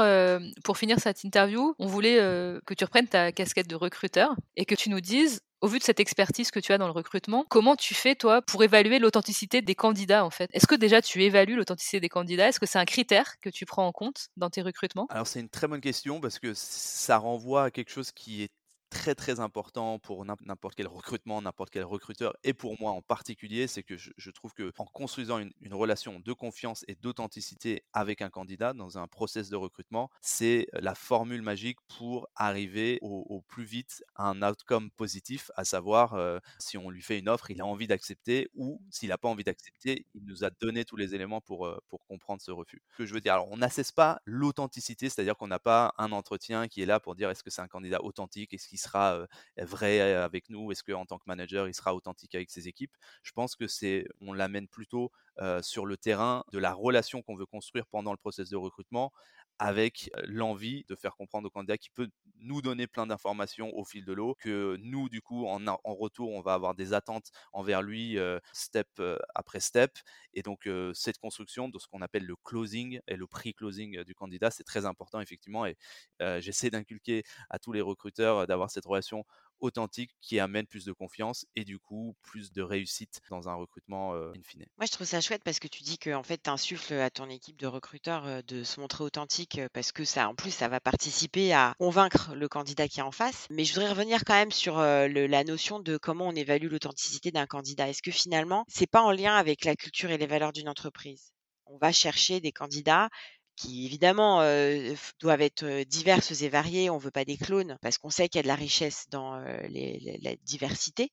pour finir cette interview, on voulait, que tu reprennes ta casquette de recruteur et que tu nous dises, au vu de cette expertise que tu as dans le recrutement, comment tu fais toi pour évaluer l'authenticité des candidats en fait? Est-ce que déjà tu évalues l'authenticité des candidats? Est-ce que c'est un critère que tu prends en compte dans tes recrutements? Alors c'est une très bonne question parce que ça renvoie à quelque chose qui est très très important pour n'importe quel recrutement, n'importe quel recruteur et pour moi en particulier, c'est que je trouve que en construisant une relation de confiance et d'authenticité avec un candidat dans un process de recrutement, c'est la formule magique pour arriver au plus vite à un outcome positif, à savoir si on lui fait une offre, il a envie d'accepter ou s'il n'a pas envie d'accepter, il nous a donné tous les éléments pour comprendre ce refus. Ce que je veux dire, alors on n'assesse pas l'authenticité, c'est-à-dire qu'on n'a pas un entretien qui est là pour dire est-ce que c'est un candidat authentique, est-ce qu'il sera vrai avec nous, est-ce qu'en tant que manager, il sera authentique avec ses équipes. Je pense que on l'amène plutôt sur le terrain de la relation qu'on veut construire pendant le process de recrutement avec l'envie de faire comprendre au candidat qu'il peut nous donner plein d'informations au fil de l'eau, que nous, du coup, en retour, on va avoir des attentes envers lui, step après step. Et donc, cette construction de ce qu'on appelle le closing et le pre-closing du candidat, c'est très important, effectivement. Et j'essaie d'inculquer à tous les recruteurs d'avoir cette relation authentique qui amène plus de confiance et du coup plus de réussite dans un recrutement in fine. Moi, je trouve ça chouette parce que tu dis qu'en fait, tu insuffles à ton équipe de recruteurs, de se montrer authentique, parce que ça en plus, ça va participer à convaincre le candidat qui est en face. Mais je voudrais revenir quand même sur, le la notion de comment on évalue l'authenticité d'un candidat. Est-ce que finalement, c'est pas en lien avec la culture et les valeurs d'une entreprise? On va chercher des candidats qui évidemment, doivent être, diverses et variées. On veut pas des clones parce qu'on sait qu'il y a de la richesse dans, les la diversité.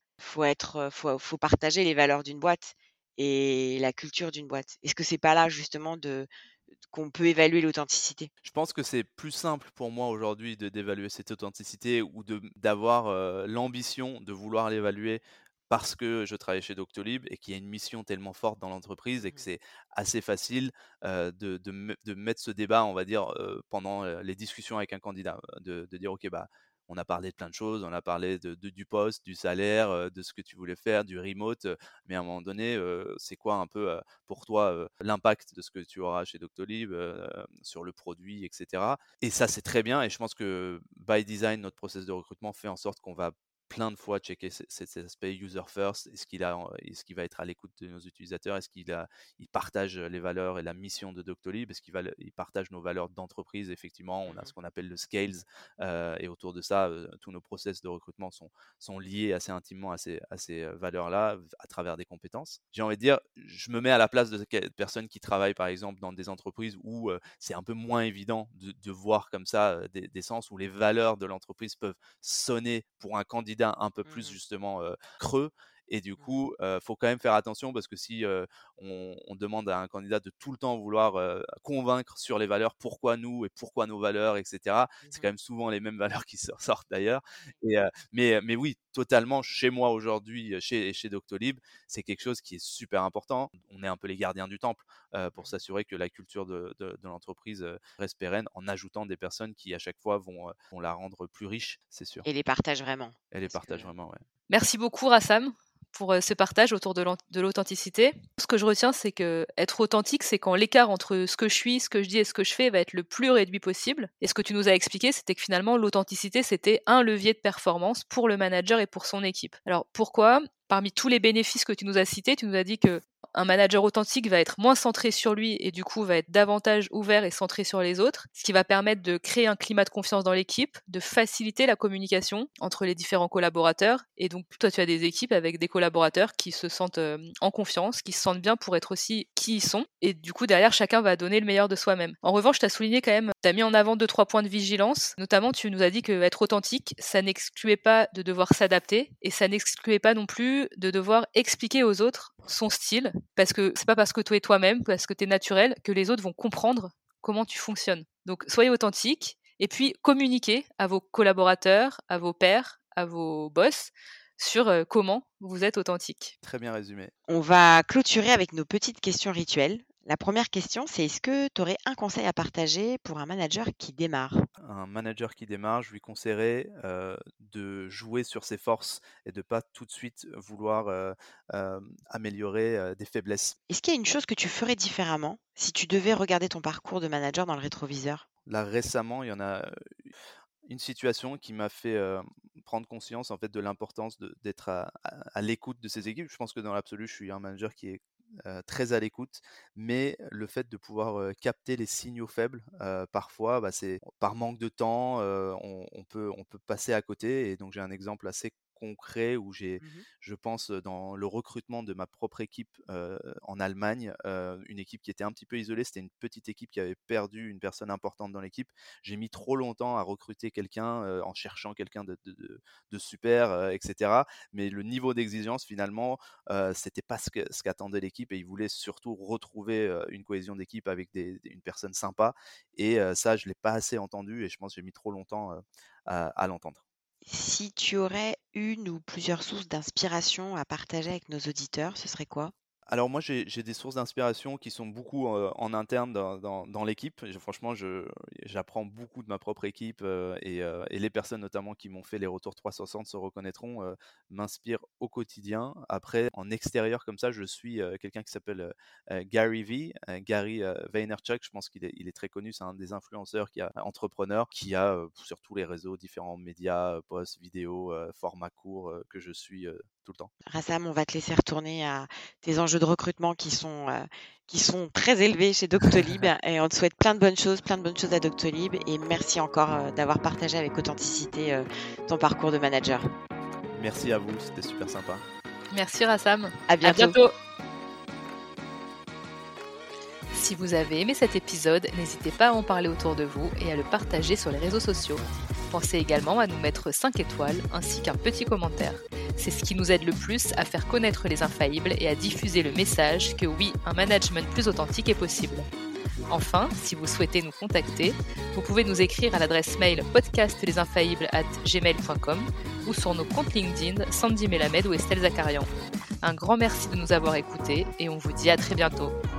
Faut partager les valeurs d'une boîte et la culture d'une boîte. Est-ce que c'est pas là justement qu'on peut évaluer l'authenticité? Je pense que c'est plus simple pour moi aujourd'hui d'évaluer cette authenticité ou d'avoir l'ambition de vouloir l'évaluer parce que je travaille chez Doctolib et qu'il y a une mission tellement forte dans l'entreprise et que Mmh. c'est assez facile de mettre ce débat, on va dire, pendant les discussions avec un candidat, de dire, OK, bah, on a parlé de plein de choses, on a parlé du poste, du salaire, de ce que tu voulais faire, du remote, mais à un moment donné, c'est quoi un peu pour toi l'impact de ce que tu auras chez Doctolib sur le produit, etc. Et ça, c'est très bien. Et je pense que by design, notre process de recrutement fait en sorte qu'on va plein de fois checker cet aspect user first. Est-ce qu'il va être à l'écoute de nos utilisateurs? Il partage les valeurs et la mission de Doctolib? Il partage nos valeurs d'entreprise? Effectivement, on a Mmh. ce qu'on appelle le scales. Et autour de ça, tous nos process de recrutement sont liés assez intimement à ces valeurs-là à travers des compétences. J'ai envie de dire, je me mets à la place de personnes qui travaillent par exemple dans des entreprises où c'est un peu moins évident de voir comme ça des sens où les valeurs de l'entreprise peuvent sonner pour un candidat un peu plus Mmh. justement creux. Et du Mmh. coup, faut quand même faire attention parce que si on demande à un candidat de tout le temps vouloir convaincre sur les valeurs, pourquoi nous et pourquoi nos valeurs, etc., c'est quand Mmh. même souvent les mêmes valeurs qui sortent d'ailleurs. Mais oui, totalement, chez moi aujourd'hui, chez Doctolib, c'est quelque chose qui est super important. On est un peu les gardiens du temple pour Mmh. s'assurer que la culture de l'entreprise reste pérenne en ajoutant des personnes qui, à chaque fois, vont la rendre plus riche, c'est sûr. Et les partage vraiment? Elle les Parce que partage vraiment, ouais. Merci beaucoup Rassam pour ce partage autour de l'authenticité. Ce que je retiens, c'est que être authentique, c'est quand l'écart entre ce que je suis, ce que je dis et ce que je fais va être le plus réduit possible. Et ce que tu nous as expliqué, c'était que finalement, l'authenticité, c'était un levier de performance pour le manager et pour son équipe. Alors pourquoi? Parmi tous les bénéfices que tu nous as cités, tu nous as dit que un manager authentique va être moins centré sur lui et du coup va être davantage ouvert et centré sur les autres, ce qui va permettre de créer un climat de confiance dans l'équipe, de faciliter la communication entre les différents collaborateurs. Et donc toi tu as des équipes avec des collaborateurs qui se sentent en confiance, qui se sentent bien pour être aussi qui ils sont. Et du coup derrière chacun va donner le meilleur de soi-même. En revanche, tu as souligné quand même, tu as mis en avant 2-3 points de vigilance. Notamment tu nous as dit que être authentique, ça n'excluait pas de devoir s'adapter et ça n'excluait pas non plus de devoir expliquer aux autres son style, parce que c'est pas parce que toi et toi-même, parce que tu es naturel, que les autres vont comprendre comment tu fonctionnes. Donc soyez authentique et puis communiquez à vos collaborateurs, à vos pairs, à vos boss sur comment vous êtes authentique. Très bien résumé. On va clôturer avec nos petites questions rituelles. La première question, c'est est-ce que tu aurais un conseil à partager pour un manager qui démarre? Un manager qui démarre, je lui conseillerais de jouer sur ses forces et de pas tout de suite vouloir améliorer des faiblesses. Est-ce qu'il y a une chose que tu ferais différemment si tu devais regarder ton parcours de manager dans le rétroviseur? Là, récemment, il y en a une situation qui m'a fait prendre conscience en fait de l'importance d'être à l'écoute de ses équipes. Je pense que dans l'absolu, je suis un manager qui est très à l'écoute, mais le fait de pouvoir capter les signaux faibles, parfois, bah, c'est par manque de temps, on peut passer à côté. Et donc, j'ai un exemple assez concret où Mmh. je pense, dans le recrutement de ma propre équipe en Allemagne, une équipe qui était un petit peu isolée. C'était une petite équipe qui avait perdu une personne importante dans l'équipe. J'ai mis trop longtemps à recruter quelqu'un en cherchant quelqu'un de super, etc. Mais le niveau d'exigence, finalement, c'était pas ce qu'attendait l'équipe et ils voulaient surtout retrouver une cohésion d'équipe avec une personne sympa. Et ça, je l'ai pas assez entendu et je pense que j'ai mis trop longtemps à l'entendre. Si tu aurais une ou plusieurs sources d'inspiration à partager avec nos auditeurs, ce serait quoi? Alors moi, j'ai des sources d'inspiration qui sont beaucoup en interne dans l'équipe. Franchement, j'apprends beaucoup de ma propre équipe et les personnes notamment qui m'ont fait les retours 360 se reconnaîtront, m'inspirent au quotidien. Après, en extérieur comme ça, je suis quelqu'un qui s'appelle Gary V, Gary Vaynerchuk. Je pense qu'il est très connu. C'est un des influenceurs entrepreneur qui a sur tous les réseaux, différents médias, posts, vidéos, formats courts que je suis tout le temps. Rassam, on va te laisser retourner à tes enjeux de recrutement qui sont très élevés chez Doctolib et on te souhaite plein de bonnes choses à Doctolib et merci encore d'avoir partagé avec authenticité ton parcours de manager. Merci à vous, c'était super sympa. Merci Rassam. À bientôt. À bientôt. Si vous avez aimé cet épisode, n'hésitez pas à en parler autour de vous et à le partager sur les réseaux sociaux. Pensez également à nous mettre 5 étoiles ainsi qu'un petit commentaire. C'est ce qui nous aide le plus à faire connaître les infaillibles et à diffuser le message que oui, un management plus authentique est possible. Enfin, si vous souhaitez nous contacter, vous pouvez nous écrire à l'adresse mail podcastlesinfaillibles@gmail.com ou sur nos comptes LinkedIn Sandy Melamed ou Estelle Zakarian. Un grand merci de nous avoir écoutés et on vous dit à très bientôt.